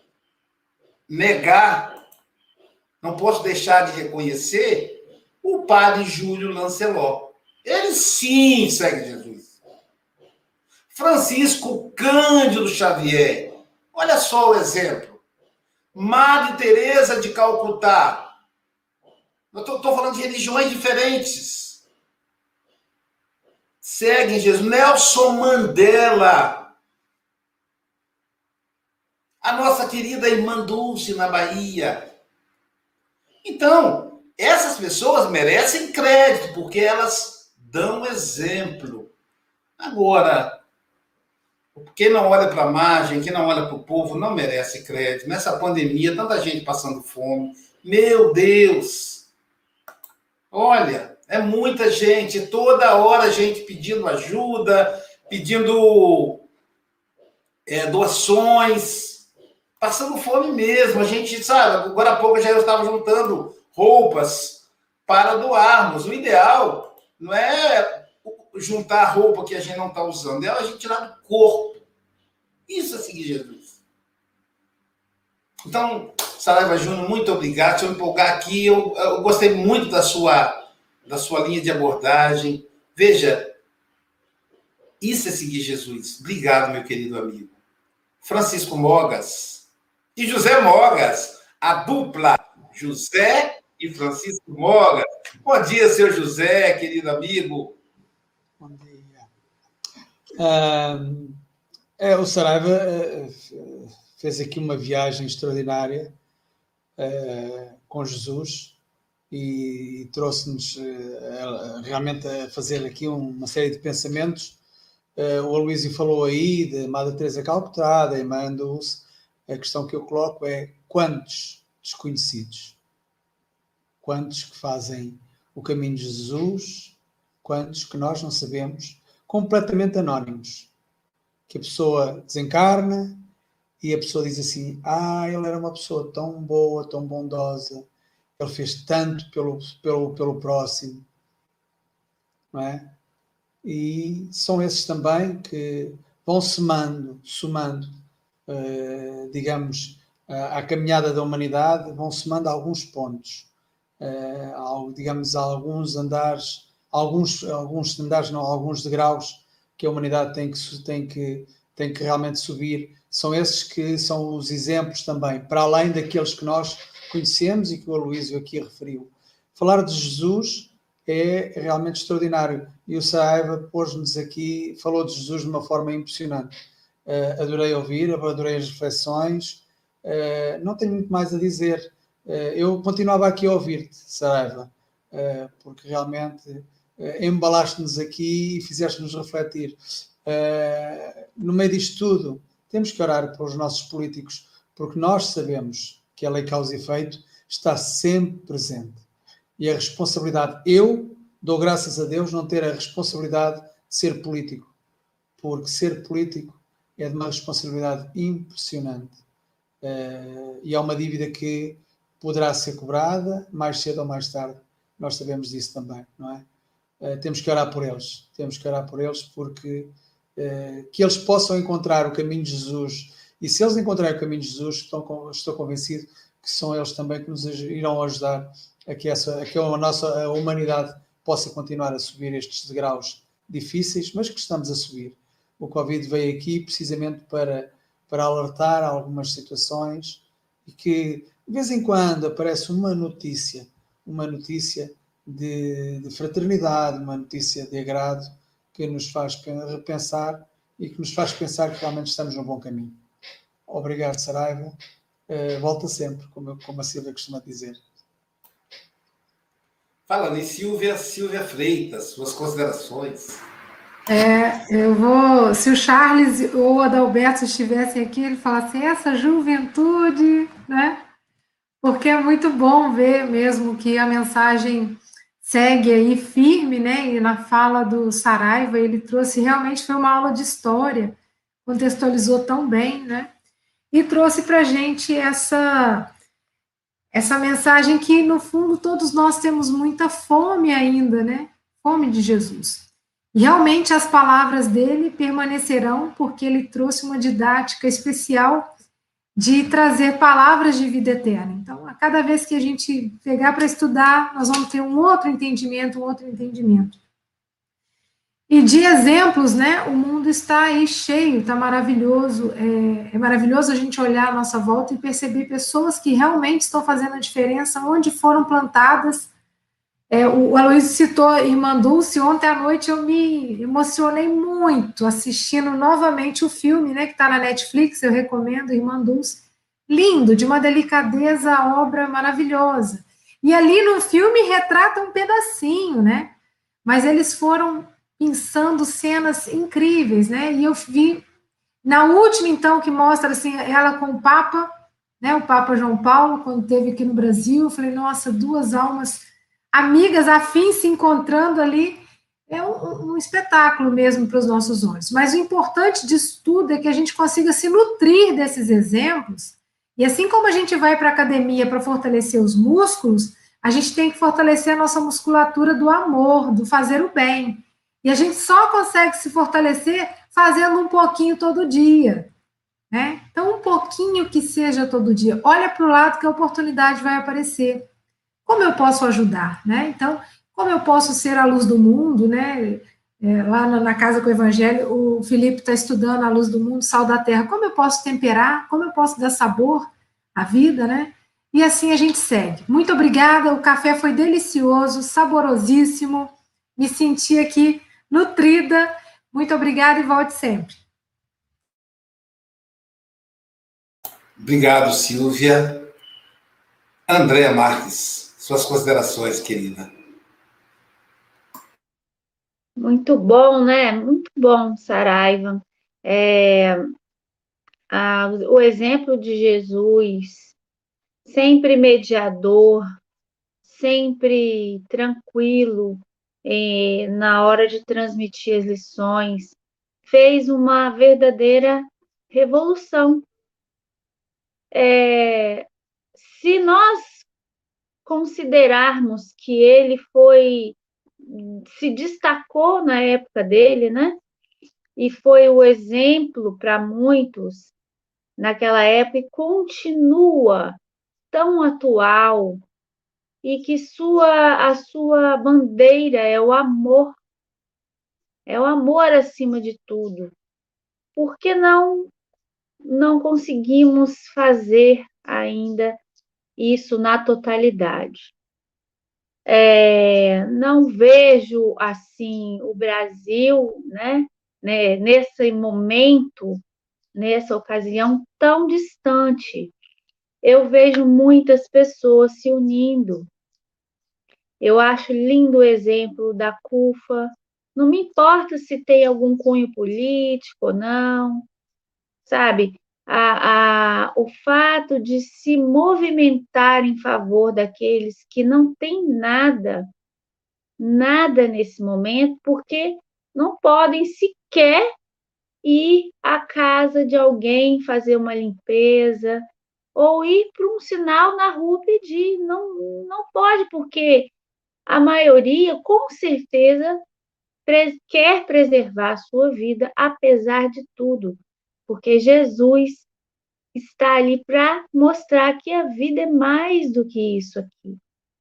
negar, não posso deixar de reconhecer o padre Júlio Lancelot. Ele sim segue Jesus. Francisco Cândido Xavier. Olha só o exemplo. Madre Teresa de Calcutá. Eu estou falando de religiões diferentes. Seguem Jesus. Nelson Mandela. A nossa querida irmã Dulce, na Bahia. Então, essas pessoas merecem crédito, porque elas dão exemplo. Agora, quem não olha para a margem, quem não olha para o povo, não merece crédito. Nessa pandemia, tanta gente passando fome. Meu Deus! Olha, é muita gente, toda hora gente pedindo ajuda, pedindo doações passando fome mesmo. A gente, sabe, agora há pouco eu estava juntando roupas para doarmos. O ideal não é juntar roupa que a gente não está usando, é a gente tirar do corpo. Isso é seguir Jesus. Então, Saraiva Júnior, muito obrigado. Se eu empolgar aqui, eu gostei muito da sua linha de abordagem. Veja, isso é seguir Jesus. Obrigado, meu querido amigo. Francisco Mogas e José Mogas, a dupla José e Francisco Mogas. Bom dia, seu José, querido amigo. Bom dia. O Saraiva fez aqui uma viagem extraordinária com Jesus e trouxe-nos realmente a fazer aqui uma série de pensamentos. O Aloísio falou aí de Madre Teresa Calcutá, da Irmã Dulce. A questão que eu coloco é: quantos desconhecidos? Quantos que fazem o caminho de Jesus? Quantos que nós não sabemos, completamente anónimos? Que a pessoa desencarna e a pessoa diz assim: ele era uma pessoa tão boa, tão bondosa, ele fez tanto pelo próximo, não é? E são esses também que vão somando, digamos, à caminhada da humanidade, vão somando alguns pontos, digamos, alguns andares, alguns degraus que a humanidade tem que realmente subir. São esses que são os exemplos também, para além daqueles que nós conhecemos e que o Aloísio aqui referiu. Falar de Jesus é realmente extraordinário. E o Saraiva pôs-nos aqui, falou de Jesus de uma forma impressionante. Adorei ouvir, adorei as reflexões. Não tenho muito mais a dizer. Eu continuava aqui a ouvir-te, Saraiva, porque realmente embalaste-nos aqui e fizeste-nos refletir. No meio disto tudo, temos que orar para os nossos políticos, porque nós sabemos que a lei causa e efeito está sempre presente. E a responsabilidade, eu dou graças a Deus não ter a responsabilidade de ser político, porque ser político é de uma responsabilidade impressionante. E é uma dívida que poderá ser cobrada mais cedo ou mais tarde. Nós sabemos disso também, não é? Temos que orar por eles, porque que eles possam encontrar o caminho de Jesus. E se eles encontrarem o caminho de Jesus, estou convencido que são eles também que nos irão ajudar a que a nossa humanidade possa continuar a subir estes degraus difíceis, mas que estamos a subir. O Covid veio aqui precisamente para alertar algumas situações e que, de vez em quando, aparece uma notícia de fraternidade, uma notícia de agrado, que nos faz repensar e que nos faz pensar que realmente estamos no bom caminho. Obrigado, Saraiva. Volta sempre, como a Silvia costuma dizer. Falando em Silvia Freitas, suas considerações. Se o Charles ou o Adalberto estivessem aqui, ele falasse essa juventude, né? Porque é muito bom ver mesmo que a mensagem segue aí firme, né? E na fala do Saraiva, ele trouxe, realmente foi uma aula de história, contextualizou tão bem, né? E trouxe para a gente essa mensagem que, no fundo, todos nós temos muita fome ainda, né? Fome de Jesus. E realmente as palavras dele permanecerão, porque ele trouxe uma didática especial de trazer palavras de vida eterna. Então, a cada vez que a gente pegar para estudar, nós vamos ter um outro entendimento. E de exemplos, né? O mundo está aí cheio, está maravilhoso. É maravilhoso a gente olhar à nossa volta e perceber pessoas que realmente estão fazendo a diferença onde foram plantadas. O Aloísio citou Irmã Dulce. Ontem à noite eu me emocionei muito assistindo novamente o filme, né, que está na Netflix, eu recomendo, Irmã Dulce. Lindo, de uma delicadeza, obra maravilhosa. E ali no filme retrata um pedacinho, né? Mas eles foram pensando cenas incríveis, né? E eu vi, na última, então, que mostra assim, ela com o Papa, né? O Papa João Paulo, quando esteve aqui no Brasil, eu falei, nossa, duas almas amigas, afins, se encontrando ali, é um espetáculo mesmo para os nossos olhos. Mas o importante disso tudo é que a gente consiga se nutrir desses exemplos E assim como a gente vai para a academia para fortalecer os músculos, a gente tem que fortalecer a nossa musculatura do amor, do fazer o bem. E a gente só consegue se fortalecer fazendo um pouquinho todo dia. Né? Então, um pouquinho que seja todo dia. Olha para o lado que a oportunidade vai aparecer. Como eu posso ajudar? Né? Então, como eu posso ser a luz do mundo? Né? Lá na Casa com o Evangelho, o Felipe está estudando a luz do mundo, sal da terra. Como eu posso temperar? Como eu posso dar sabor à vida? Né? E assim a gente segue. Muito obrigada, o café foi delicioso, saborosíssimo. Me senti aqui nutrida. Muito obrigada e volte sempre. Obrigado, Silvia. Andréa Marques, suas considerações, querida. Muito bom, né? Muito bom, Saraiva. O exemplo de Jesus, sempre mediador, sempre tranquilo na hora de transmitir as lições, fez uma verdadeira revolução. Se nós considerarmos que ele se destacou na época dele, né? E foi o exemplo para muitos naquela época e continua tão atual e que a sua bandeira é o amor acima de tudo. Por que não conseguimos fazer ainda isso na totalidade? Não vejo assim o Brasil, né, nesse momento, nessa ocasião tão distante. Eu vejo muitas pessoas se unindo. Eu acho lindo o exemplo da CUFA. Não me importa se tem algum cunho político ou não, sabe? O fato de se movimentar em favor daqueles que não têm nada nesse momento, porque não podem sequer ir à casa de alguém fazer uma limpeza ou ir para um sinal na rua pedir. Não pode, porque a maioria, com certeza, quer preservar a sua vida, apesar de tudo, porque Jesus está ali para mostrar que a vida é mais do que isso aqui.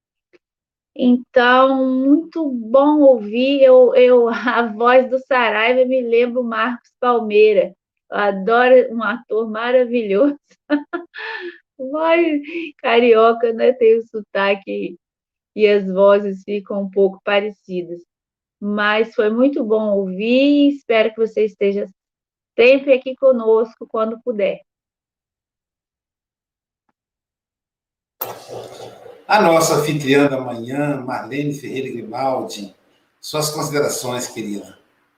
Então, muito bom ouvir. A voz do Saraiva me lembra o Marcos Palmeira. Eu adoro, um ator maravilhoso. Voz carioca, né? Tem o sotaque e as vozes ficam um pouco parecidas. Mas foi muito bom ouvir e espero que você esteja sempre aqui conosco quando puder. A nossa anfitriã da manhã, Marlene Ferreira Grimaldi, suas considerações, querida.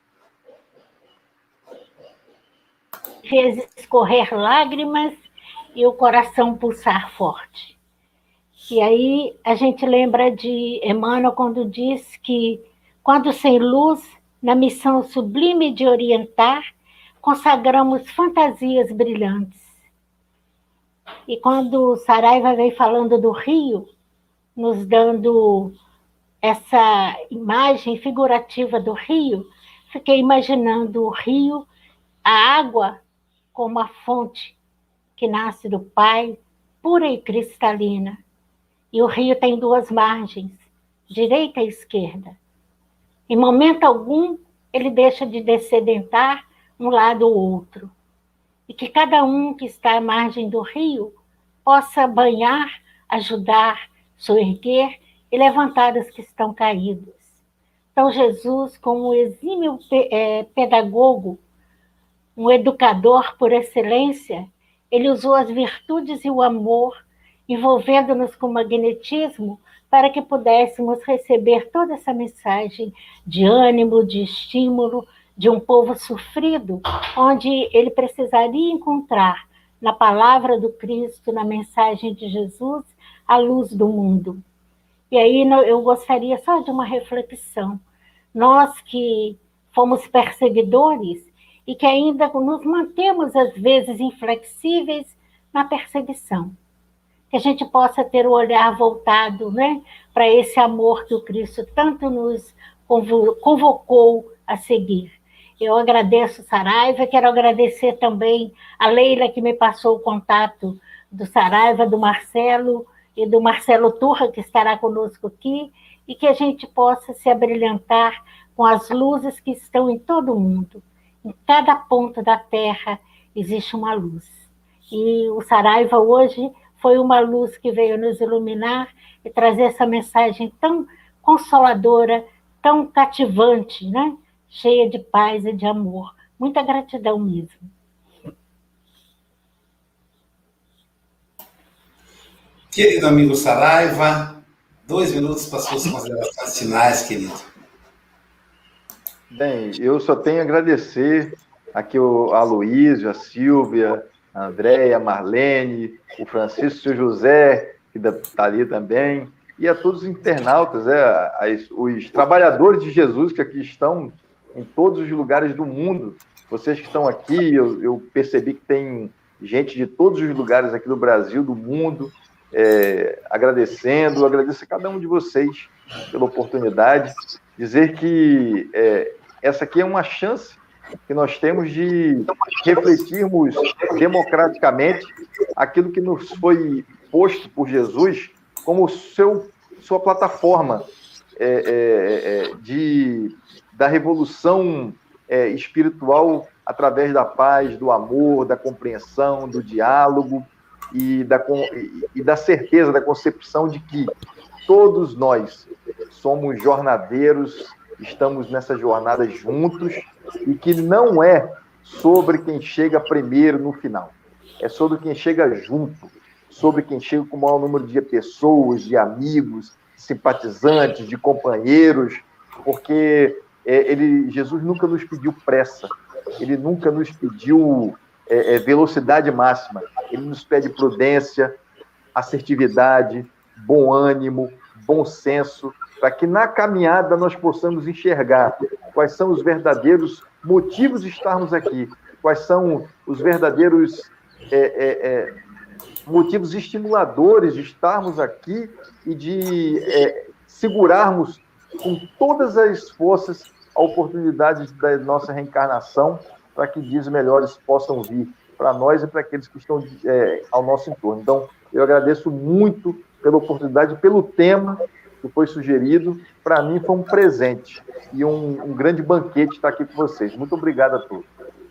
Fez escorrer lágrimas e o coração pulsar forte. E aí a gente lembra de Emmanuel quando diz que, quando sem luz, na missão sublime de orientar, consagramos fantasias brilhantes. E quando Saraiva vem falando do rio, nos dando essa imagem figurativa do rio, fiquei imaginando o rio, a água como a fonte que nasce do Pai, pura e cristalina. E o rio tem duas margens, direita e esquerda. Em momento algum, ele deixa de descedentar um lado ou outro. E que cada um que está à margem do rio possa banhar, ajudar, soerguer e levantar os que estão caídos. Então, Jesus, como um exímio pedagogo, um educador por excelência, ele usou as virtudes e o amor, envolvendo-nos com magnetismo, para que pudéssemos receber toda essa mensagem de ânimo, de estímulo, de um povo sofrido, onde ele precisaria encontrar, na palavra do Cristo, na mensagem de Jesus, a luz do mundo. E aí eu gostaria só de uma reflexão. Nós que fomos perseguidores e que ainda nos mantemos, às vezes, inflexíveis na perseguição. Que a gente possa ter o olhar voltado, né, para esse amor que o Cristo tanto nos convocou a seguir. Eu agradeço Saraiva, quero agradecer também a Leila, que me passou o contato do Saraiva, do Marcelo e do Marcelo Turra, que estará conosco aqui, e que a gente possa se abrilhantar com as luzes que estão em todo o mundo. Em cada ponto da Terra existe uma luz. E o Saraiva hoje foi uma luz que veio nos iluminar e trazer essa mensagem tão consoladora, tão cativante, né? Cheia de paz e de amor. Muita gratidão mesmo. Querido amigo Saraiva, 2 minutos para suas considerações finais, querido. Bem, eu só tenho a agradecer aqui a Luísio, a Silvia, a Andréia, a Marlene, o Francisco, o seu José, que está ali também, e a todos os internautas, os trabalhadores de Jesus que aqui estão em todos os lugares do mundo. Vocês que estão aqui, eu percebi que tem gente de todos os lugares aqui do Brasil, do mundo, agradeço a cada um de vocês pela oportunidade, dizer que essa aqui é uma chance que nós temos de refletirmos democraticamente aquilo que nos foi posto por Jesus como sua plataforma da revolução espiritual através da paz, do amor, da compreensão, do diálogo e da certeza, da concepção de que todos nós somos jornadeiros, estamos nessa jornada juntos, e que não é sobre quem chega primeiro no final, é sobre quem chega junto, sobre quem chega com o maior número de pessoas, de amigos, simpatizantes, de companheiros, porque Jesus nunca nos pediu pressa, ele nunca nos pediu velocidade máxima, ele nos pede prudência, assertividade, bom ânimo, bom senso, para que na caminhada nós possamos enxergar quais são os verdadeiros motivos de estarmos aqui, quais são os verdadeiros motivos estimuladores de estarmos aqui e de segurarmos com todas as forças a oportunidade da nossa reencarnação para que dias melhores possam vir para nós e para aqueles que estão ao nosso entorno. Então, eu agradeço muito pela oportunidade, pelo tema que foi sugerido. Para mim foi um presente e um grande banquete estar aqui com vocês. Muito obrigado a todos.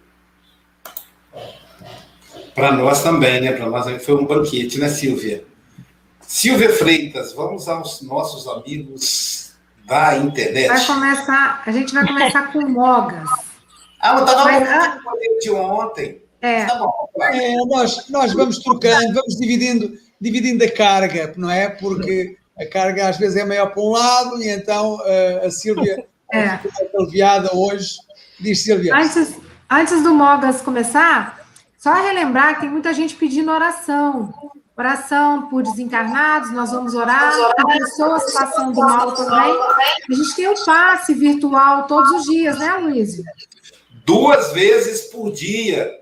Para nós também, né? Para nós foi um banquete, né, Silvia? Silvia Freitas, vamos aos nossos amigos da internet. A gente vai começar com Mogas. Mas estava bom de ontem. Tá bom. Nós vamos trocando, vamos dividindo a carga, não é? Porque a carga às vezes é maior para um lado e então a Sílvia ficou aliviada hoje. Diz, Sílvia. Antes do Mogas começar, só relembrar que tem muita gente pedindo oração. Oração por desencarnados, nós vamos orar por pessoas passando mal também. A gente tem um passe virtual todos os dias, né, Luísio? 2 vezes por dia,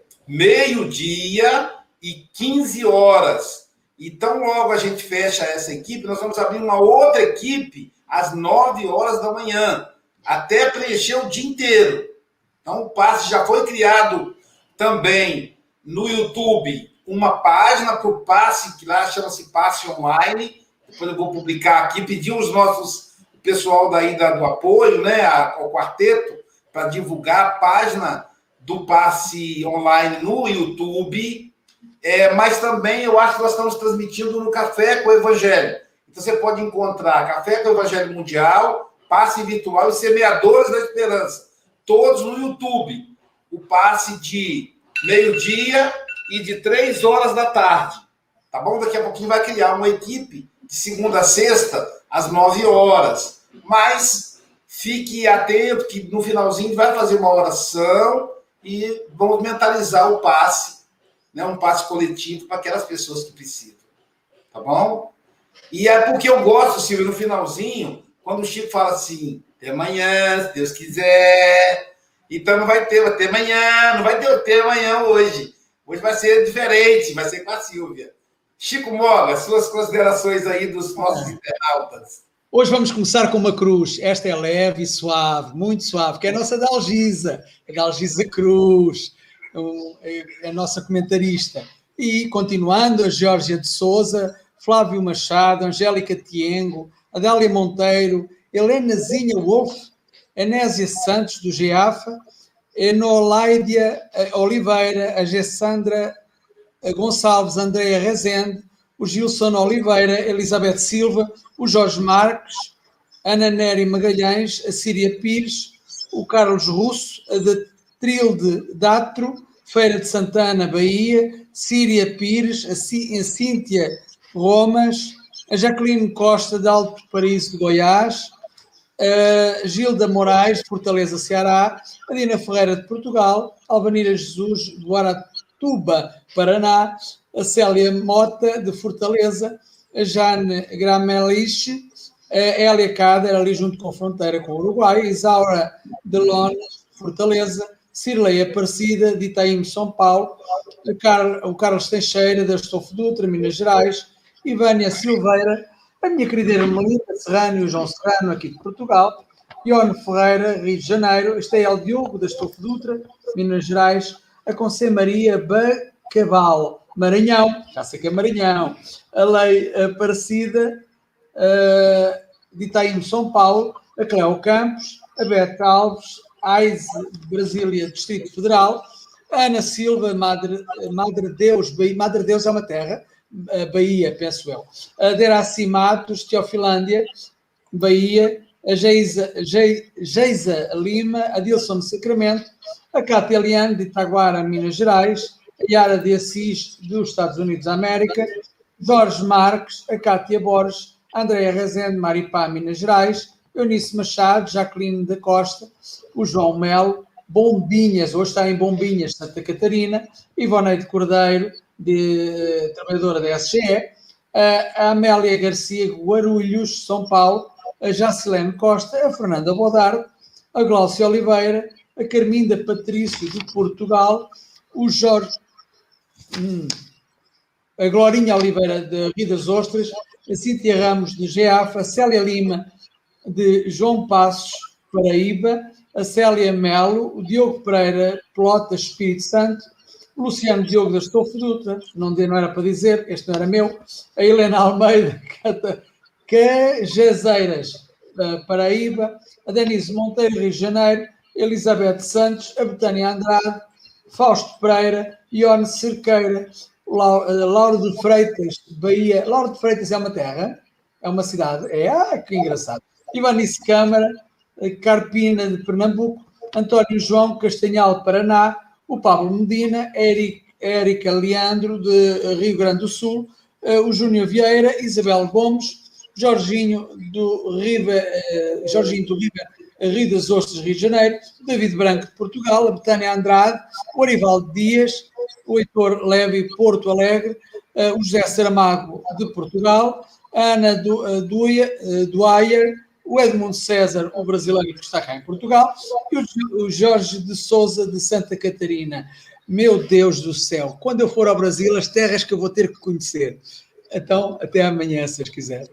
12:00 e 15h. Então, logo a gente fecha essa equipe, nós vamos abrir uma outra equipe às 9h da manhã, até preencher o dia inteiro. Então, o passe já foi criado também no YouTube, uma página para o passe, que lá chama-se Passe Online. Depois eu vou publicar aqui, pedir o pessoal daí do apoio, né, ao quarteto, para divulgar a página do Passe Online no YouTube. Mas também eu acho que nós estamos transmitindo no Café com o Evangelho. Então você pode encontrar Café com o Evangelho Mundial, Passe Virtual e Semeadores da Esperança, todos no YouTube. O passe de 12:00 e de 15h. Tá bom? Daqui a pouquinho vai criar uma equipe de segunda a sexta, às 9h. Mas fique atento que no finalzinho vai fazer uma oração e vamos mentalizar o passe, né? Um passe coletivo para aquelas pessoas que precisam. Tá bom? E é porque eu gosto, Silvio, no finalzinho, quando o Chico fala assim, até amanhã, se Deus quiser. Então não vai ter até amanhã, não vai ter até amanhã hoje. Hoje vai ser diferente, vai ser com a Silvia. Chico Moga, suas considerações aí dos nossos internautas. Hoje vamos começar com uma cruz. Esta é leve e suave, muito suave, que é a nossa Dalgisa, a Dalgisa Cruz, é a nossa comentarista. E continuando, a Geórgia de Souza, Flávio Machado, Angélica Tiengo, Adélia Monteiro, Helena Zinha Wolf, Anésia Santos, do GEAFA, Enoláidia Oliveira, a Gessandra Gonçalves, Andréa Rezende, o Gilson Oliveira, Elizabeth Silva, o Jorge Marques, Ana Nery Magalhães, a Síria Pires, o Carlos Russo, a Trilde Datro, Feira de Santana, Bahia, Síria Pires, a Cíntia Romas, a Jacqueline Costa, de Alto Paraíso de Goiás, a Gilda Moraes, de Fortaleza, Ceará, a Dina Ferreira, de Portugal, Alvanira Jesus, de Guaratuba, Paraná, a Célia Mota, de Fortaleza, a Jane Grameliche, a Hélia Cader, ali junto com a fronteira com o Uruguai, Isaura Delon, de Fortaleza, Cirlei Aparecida, de Itaim, São Paulo, o Carlos Teixeira, da Estofo Dutra, Minas Gerais, Ivânia Silveira, a minha querida Melinda Serrano e o João Serrano, aqui de Portugal, Ione Ferreira, Rio de Janeiro, Estael Diogo, da Estofo Dutra, Minas Gerais, a Concê Maria Bacabal, Maranhão, já sei que é Maranhão, a Lei Aparecida, de Itaim, São Paulo, a Cléo Campos, a Beta Alves, Aise, Brasília, Distrito Federal, a Ana Silva, Madre Deus, Bahia, Madre Deus é uma terra, Bahia, penso eu, a Deraci Matos, Teofilândia, Bahia, a Geisa Lima, a Dilson de Sacramento, a Cátia Eliane, de Itaguara, Minas Gerais, a Yara de Assis, dos Estados Unidos da América, Jorge Marques, a Cátia Borges, a Andréa Rezende, Maripá, Minas Gerais, Eunice Machado, Jacqueline da Costa, o João Melo, Bombinhas, hoje está em Bombinhas, Santa Catarina, Ivoneide Cordeiro, trabalhadora da SGE, a Amélia Garcia Guarulhos, São Paulo, a Jacilene Costa, a Fernanda Bodardo, a Glaucia Oliveira, a Carminda Patrício, de Portugal, o Jorge, a Glorinha Oliveira, de Rio das Ostras, a Cíntia Ramos, de GEAFA, a Célia Lima, de João Passos, Paraíba, a Célia Melo, o Diogo Pereira, Pelota, Espírito Santo, o Luciano Diogo, da Estofo Dutra, não era para dizer, este não era meu, a Helena Almeida, Cajazeiras, Paraíba, a Denise Monteiro, Rio de Janeiro, Elizabeth Santos, a Betânia Andrade, Fausto Pereira, Ione Cerqueira, Lauro de Freitas, Bahia. Lauro de Freitas é uma terra? É uma cidade? Que engraçado. Ivanice Câmara, Carpina, de Pernambuco, António João Castanhal, de Paraná, o Pablo Medina, Érica Leandro, de Rio Grande do Sul, o Júnior Vieira, Isabel Gomes, Jorginho do Riva, Rio das Ostras, Rio de Janeiro, David Branco, de Portugal, a Betânia Andrade, o Arivaldo Dias, o Heitor Leve, Porto Alegre, o José Saramago, de Portugal, a Ana Dwyer, o Edmundo César, o brasileiro que está cá em Portugal, e o Jorge de Souza, de Santa Catarina. Meu Deus do céu, quando eu for ao Brasil, as terras que eu vou ter que conhecer. Então, até amanhã, se vocês quiserem.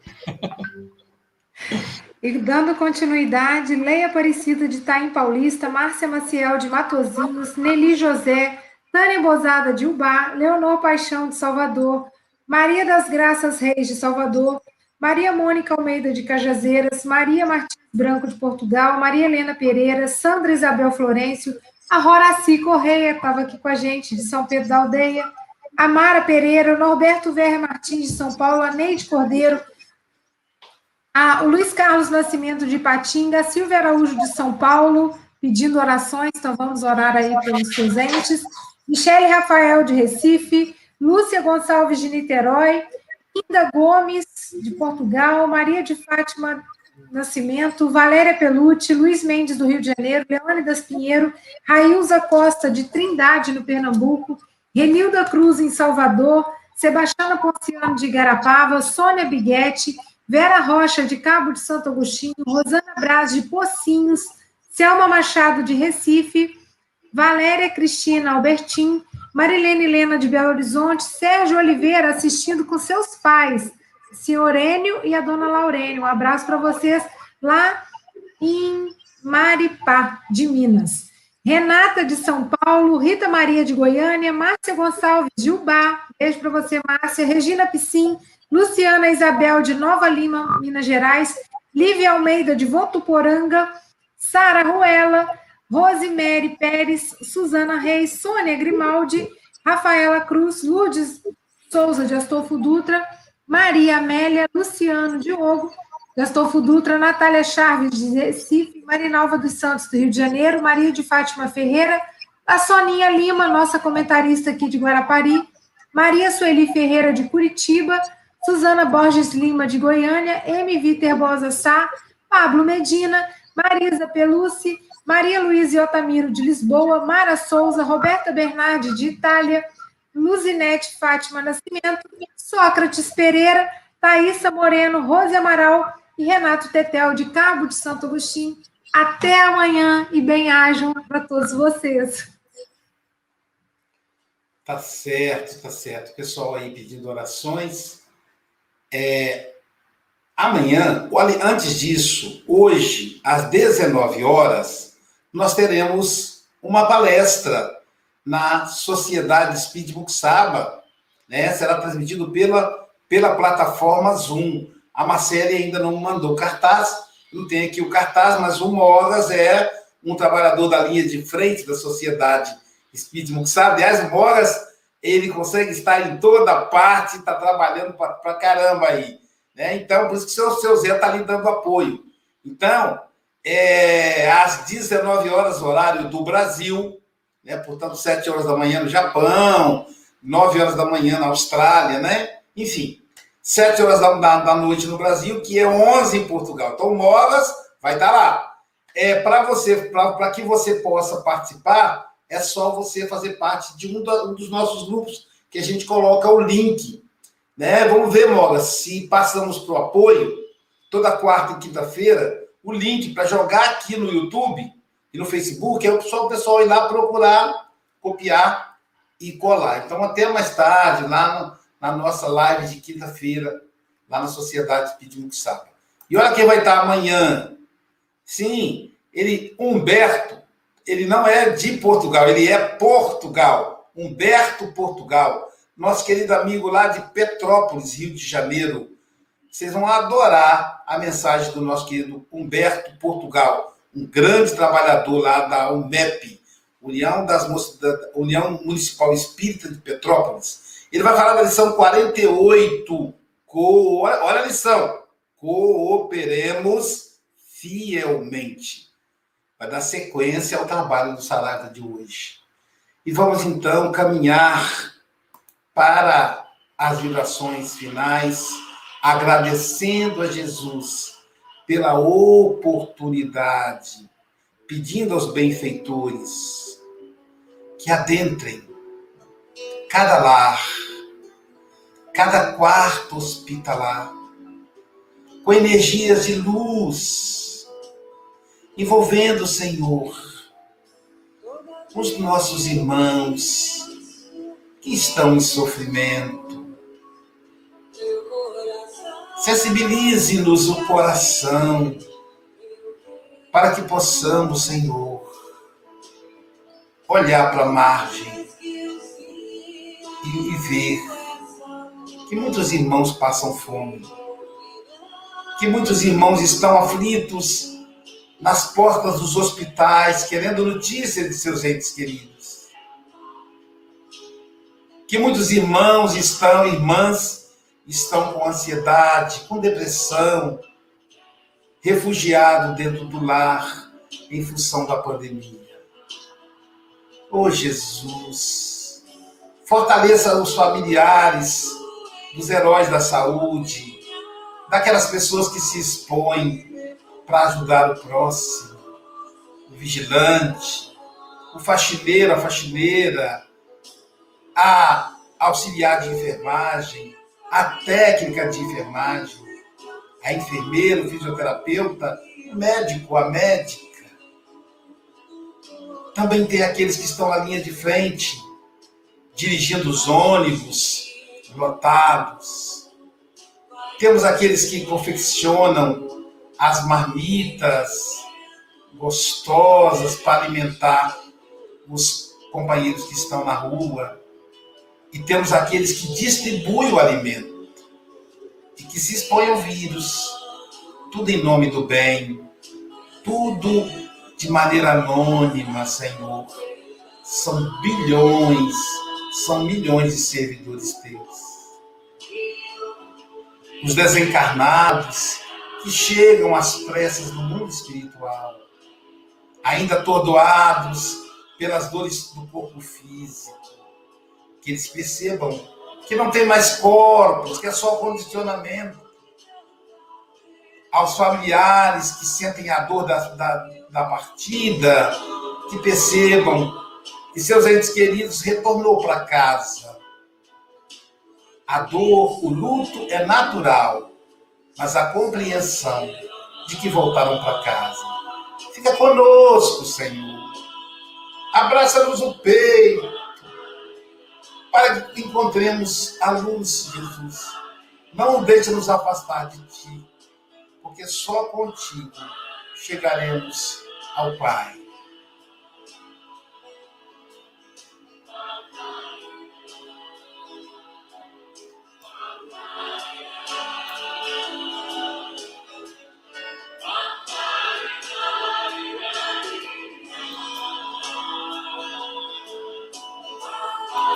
E dando continuidade, Leia Aparecida, de Itaim Paulista, Márcia Maciel, de Matozinhos, Nelly José, Tânia Bozada, de Ubá, Leonor Paixão, de Salvador, Maria das Graças Reis, de Salvador, Maria Mônica Almeida, de Cajazeiras, Maria Martins Branco, de Portugal, Maria Helena Pereira, Sandra Isabel Florencio, a Horaci Correia, estava aqui com a gente, de São Pedro da Aldeia, a Mara Pereira, o Norberto Verre Martins, de São Paulo, a Neide Cordeiro, o Luiz Carlos Nascimento, de Ipatinga, a Silvia Araújo, de São Paulo, pedindo orações, então vamos orar aí pelos presentes, Michele Rafael, de Recife, Lúcia Gonçalves, de Niterói, Inda Gomes, de Portugal, Maria de Fátima Nascimento, Valéria Pelucci, Luiz Mendes, do Rio de Janeiro, Leônidas Pinheiro, Railza Costa, de Trindade, no Pernambuco, Renilda Cruz, em Salvador, Sebastiana Porciano, de Igarapava, Sônia Biguetti, Vera Rocha, de Cabo de Santo Agostinho, Rosana Braz, de Pocinhos, Selma Machado, de Recife, Valéria Cristina Albertin, Marilene Helena, de Belo Horizonte, Sérgio Oliveira, assistindo com seus pais, senhor Enio e a dona Laurene. Um abraço para vocês lá em Maripá, de Minas. Renata, de São Paulo, Rita Maria, de Goiânia, Márcia Gonçalves, de Ubá, beijo para você, Márcia, Regina Piscin, Luciana Isabel, de Nova Lima, Minas Gerais, Lívia Almeida, de Votuporanga, Sara Ruela, Rosemary Pérez, Suzana Reis, Sônia Grimaldi, Rafaela Cruz, Lourdes Souza, de Astolfo Dutra, Maria Amélia, Luciano Diogo, de Astolfo Dutra, Natália Charves, de Recife, Marinalva dos Santos, do Rio de Janeiro, Maria de Fátima Ferreira, a Soninha Lima, nossa comentarista aqui de Guarapari, Maria Sueli Ferreira, de Curitiba, Suzana Borges Lima, de Goiânia, M. Viter Bosa Sá, Pablo Medina, Marisa Pelucci, Maria Luísa Otamiro, de Lisboa, Mara Souza, Roberta Bernardi, de Itália, Luzinete Fátima Nascimento, Sócrates Pereira, Thaísa Moreno, Rose Amaral e Renato Tetel, de Cabo de Santo Agostinho. Até amanhã e bem-ajam para todos vocês. Tá certo. Pessoal aí pedindo orações. Amanhã, antes disso, hoje, às 19 horas, nós teremos uma palestra na Sociedade Speed Muxaba, né? Será transmitido pela plataforma Zoom. A Marcele ainda não mandou cartaz, não tem aqui o cartaz, mas o Mogas é um trabalhador da linha de frente da Sociedade Speed Muxaba. Aliás, o Mogas, ele consegue estar em toda parte, está trabalhando para caramba aí. Né? Então, por isso que o seu Zé está ali dando apoio. Então, às 19 horas, horário do Brasil, né? Portanto, 7 horas da manhã no Japão, 9 horas da manhã na Austrália, né? Enfim, 7 horas da noite no Brasil, que é 11 em Portugal. Então, o Mogas vai estar lá. Para que você possa participar, é só você fazer parte de um dos nossos grupos, que a gente coloca o link. Né? Vamos ver, Mogas, se passamos para o apoio, toda quarta e quinta-feira, o link para jogar aqui no YouTube e no Facebook, é só o pessoal ir lá procurar, copiar e colar. Então, até mais tarde, lá na nossa live de quinta-feira, lá na Sociedade Speed Muxaba. E olha quem vai estar amanhã. Sim, Humberto, ele não é de Portugal, ele é Portugal. Humberto Portugal. Nosso querido amigo lá de Petrópolis, Rio de Janeiro. Vocês vão adorar a mensagem do nosso querido Humberto Portugal, um grande trabalhador lá da UMEP, União Municipal Espírita de Petrópolis. Ele vai falar da lição 48. Olha a lição. Cooperemos fielmente. Vai dar sequência ao trabalho do Saraiva de hoje. E vamos, então, caminhar para as vibrações finais, agradecendo a Jesus pela oportunidade, pedindo aos benfeitores que adentrem cada lar, cada quarto hospitalar, com energias de luz, envolvendo, Senhor, os nossos irmãos que estão em sofrimento. Sensibilize-nos o coração para que possamos, Senhor, olhar para a margem e ver que muitos irmãos passam fome, que muitos irmãos estão aflitos nas portas dos hospitais, querendo notícias de seus entes queridos. Que muitos irmãs estão com ansiedade, com depressão, refugiado dentro do lar em função da pandemia. Oh, Jesus, fortaleça os familiares dos heróis da saúde, daquelas pessoas que se expõem para ajudar o próximo, o vigilante, o faxineiro, a faxineira, a auxiliar de enfermagem, a técnica de enfermagem, a enfermeira, o fisioterapeuta, o médico, a médica. Também tem aqueles que estão na linha de frente dirigindo os ônibus lotados. Temos aqueles que confeccionam as marmitas gostosas para alimentar os companheiros que estão na rua. E temos aqueles que distribuem o alimento e que se expõem ao vírus. Tudo em nome do bem, tudo de maneira anônima, Senhor. São bilhões, são milhões de servidores teus. Os desencarnados que chegam às pressas do mundo espiritual, ainda atordoados pelas dores do corpo físico, que eles percebam que não tem mais corpos, que é só condicionamento. Aos familiares que sentem a dor da partida, que percebam que seus entes queridos retornou para casa. A dor, o luto é natural, mas a compreensão de que voltaram para casa. Fica conosco, Senhor. Abraça-nos o peito, para que encontremos a luz, Jesus. Não deixe nos afastar de Ti, porque só contigo chegaremos ao Pai.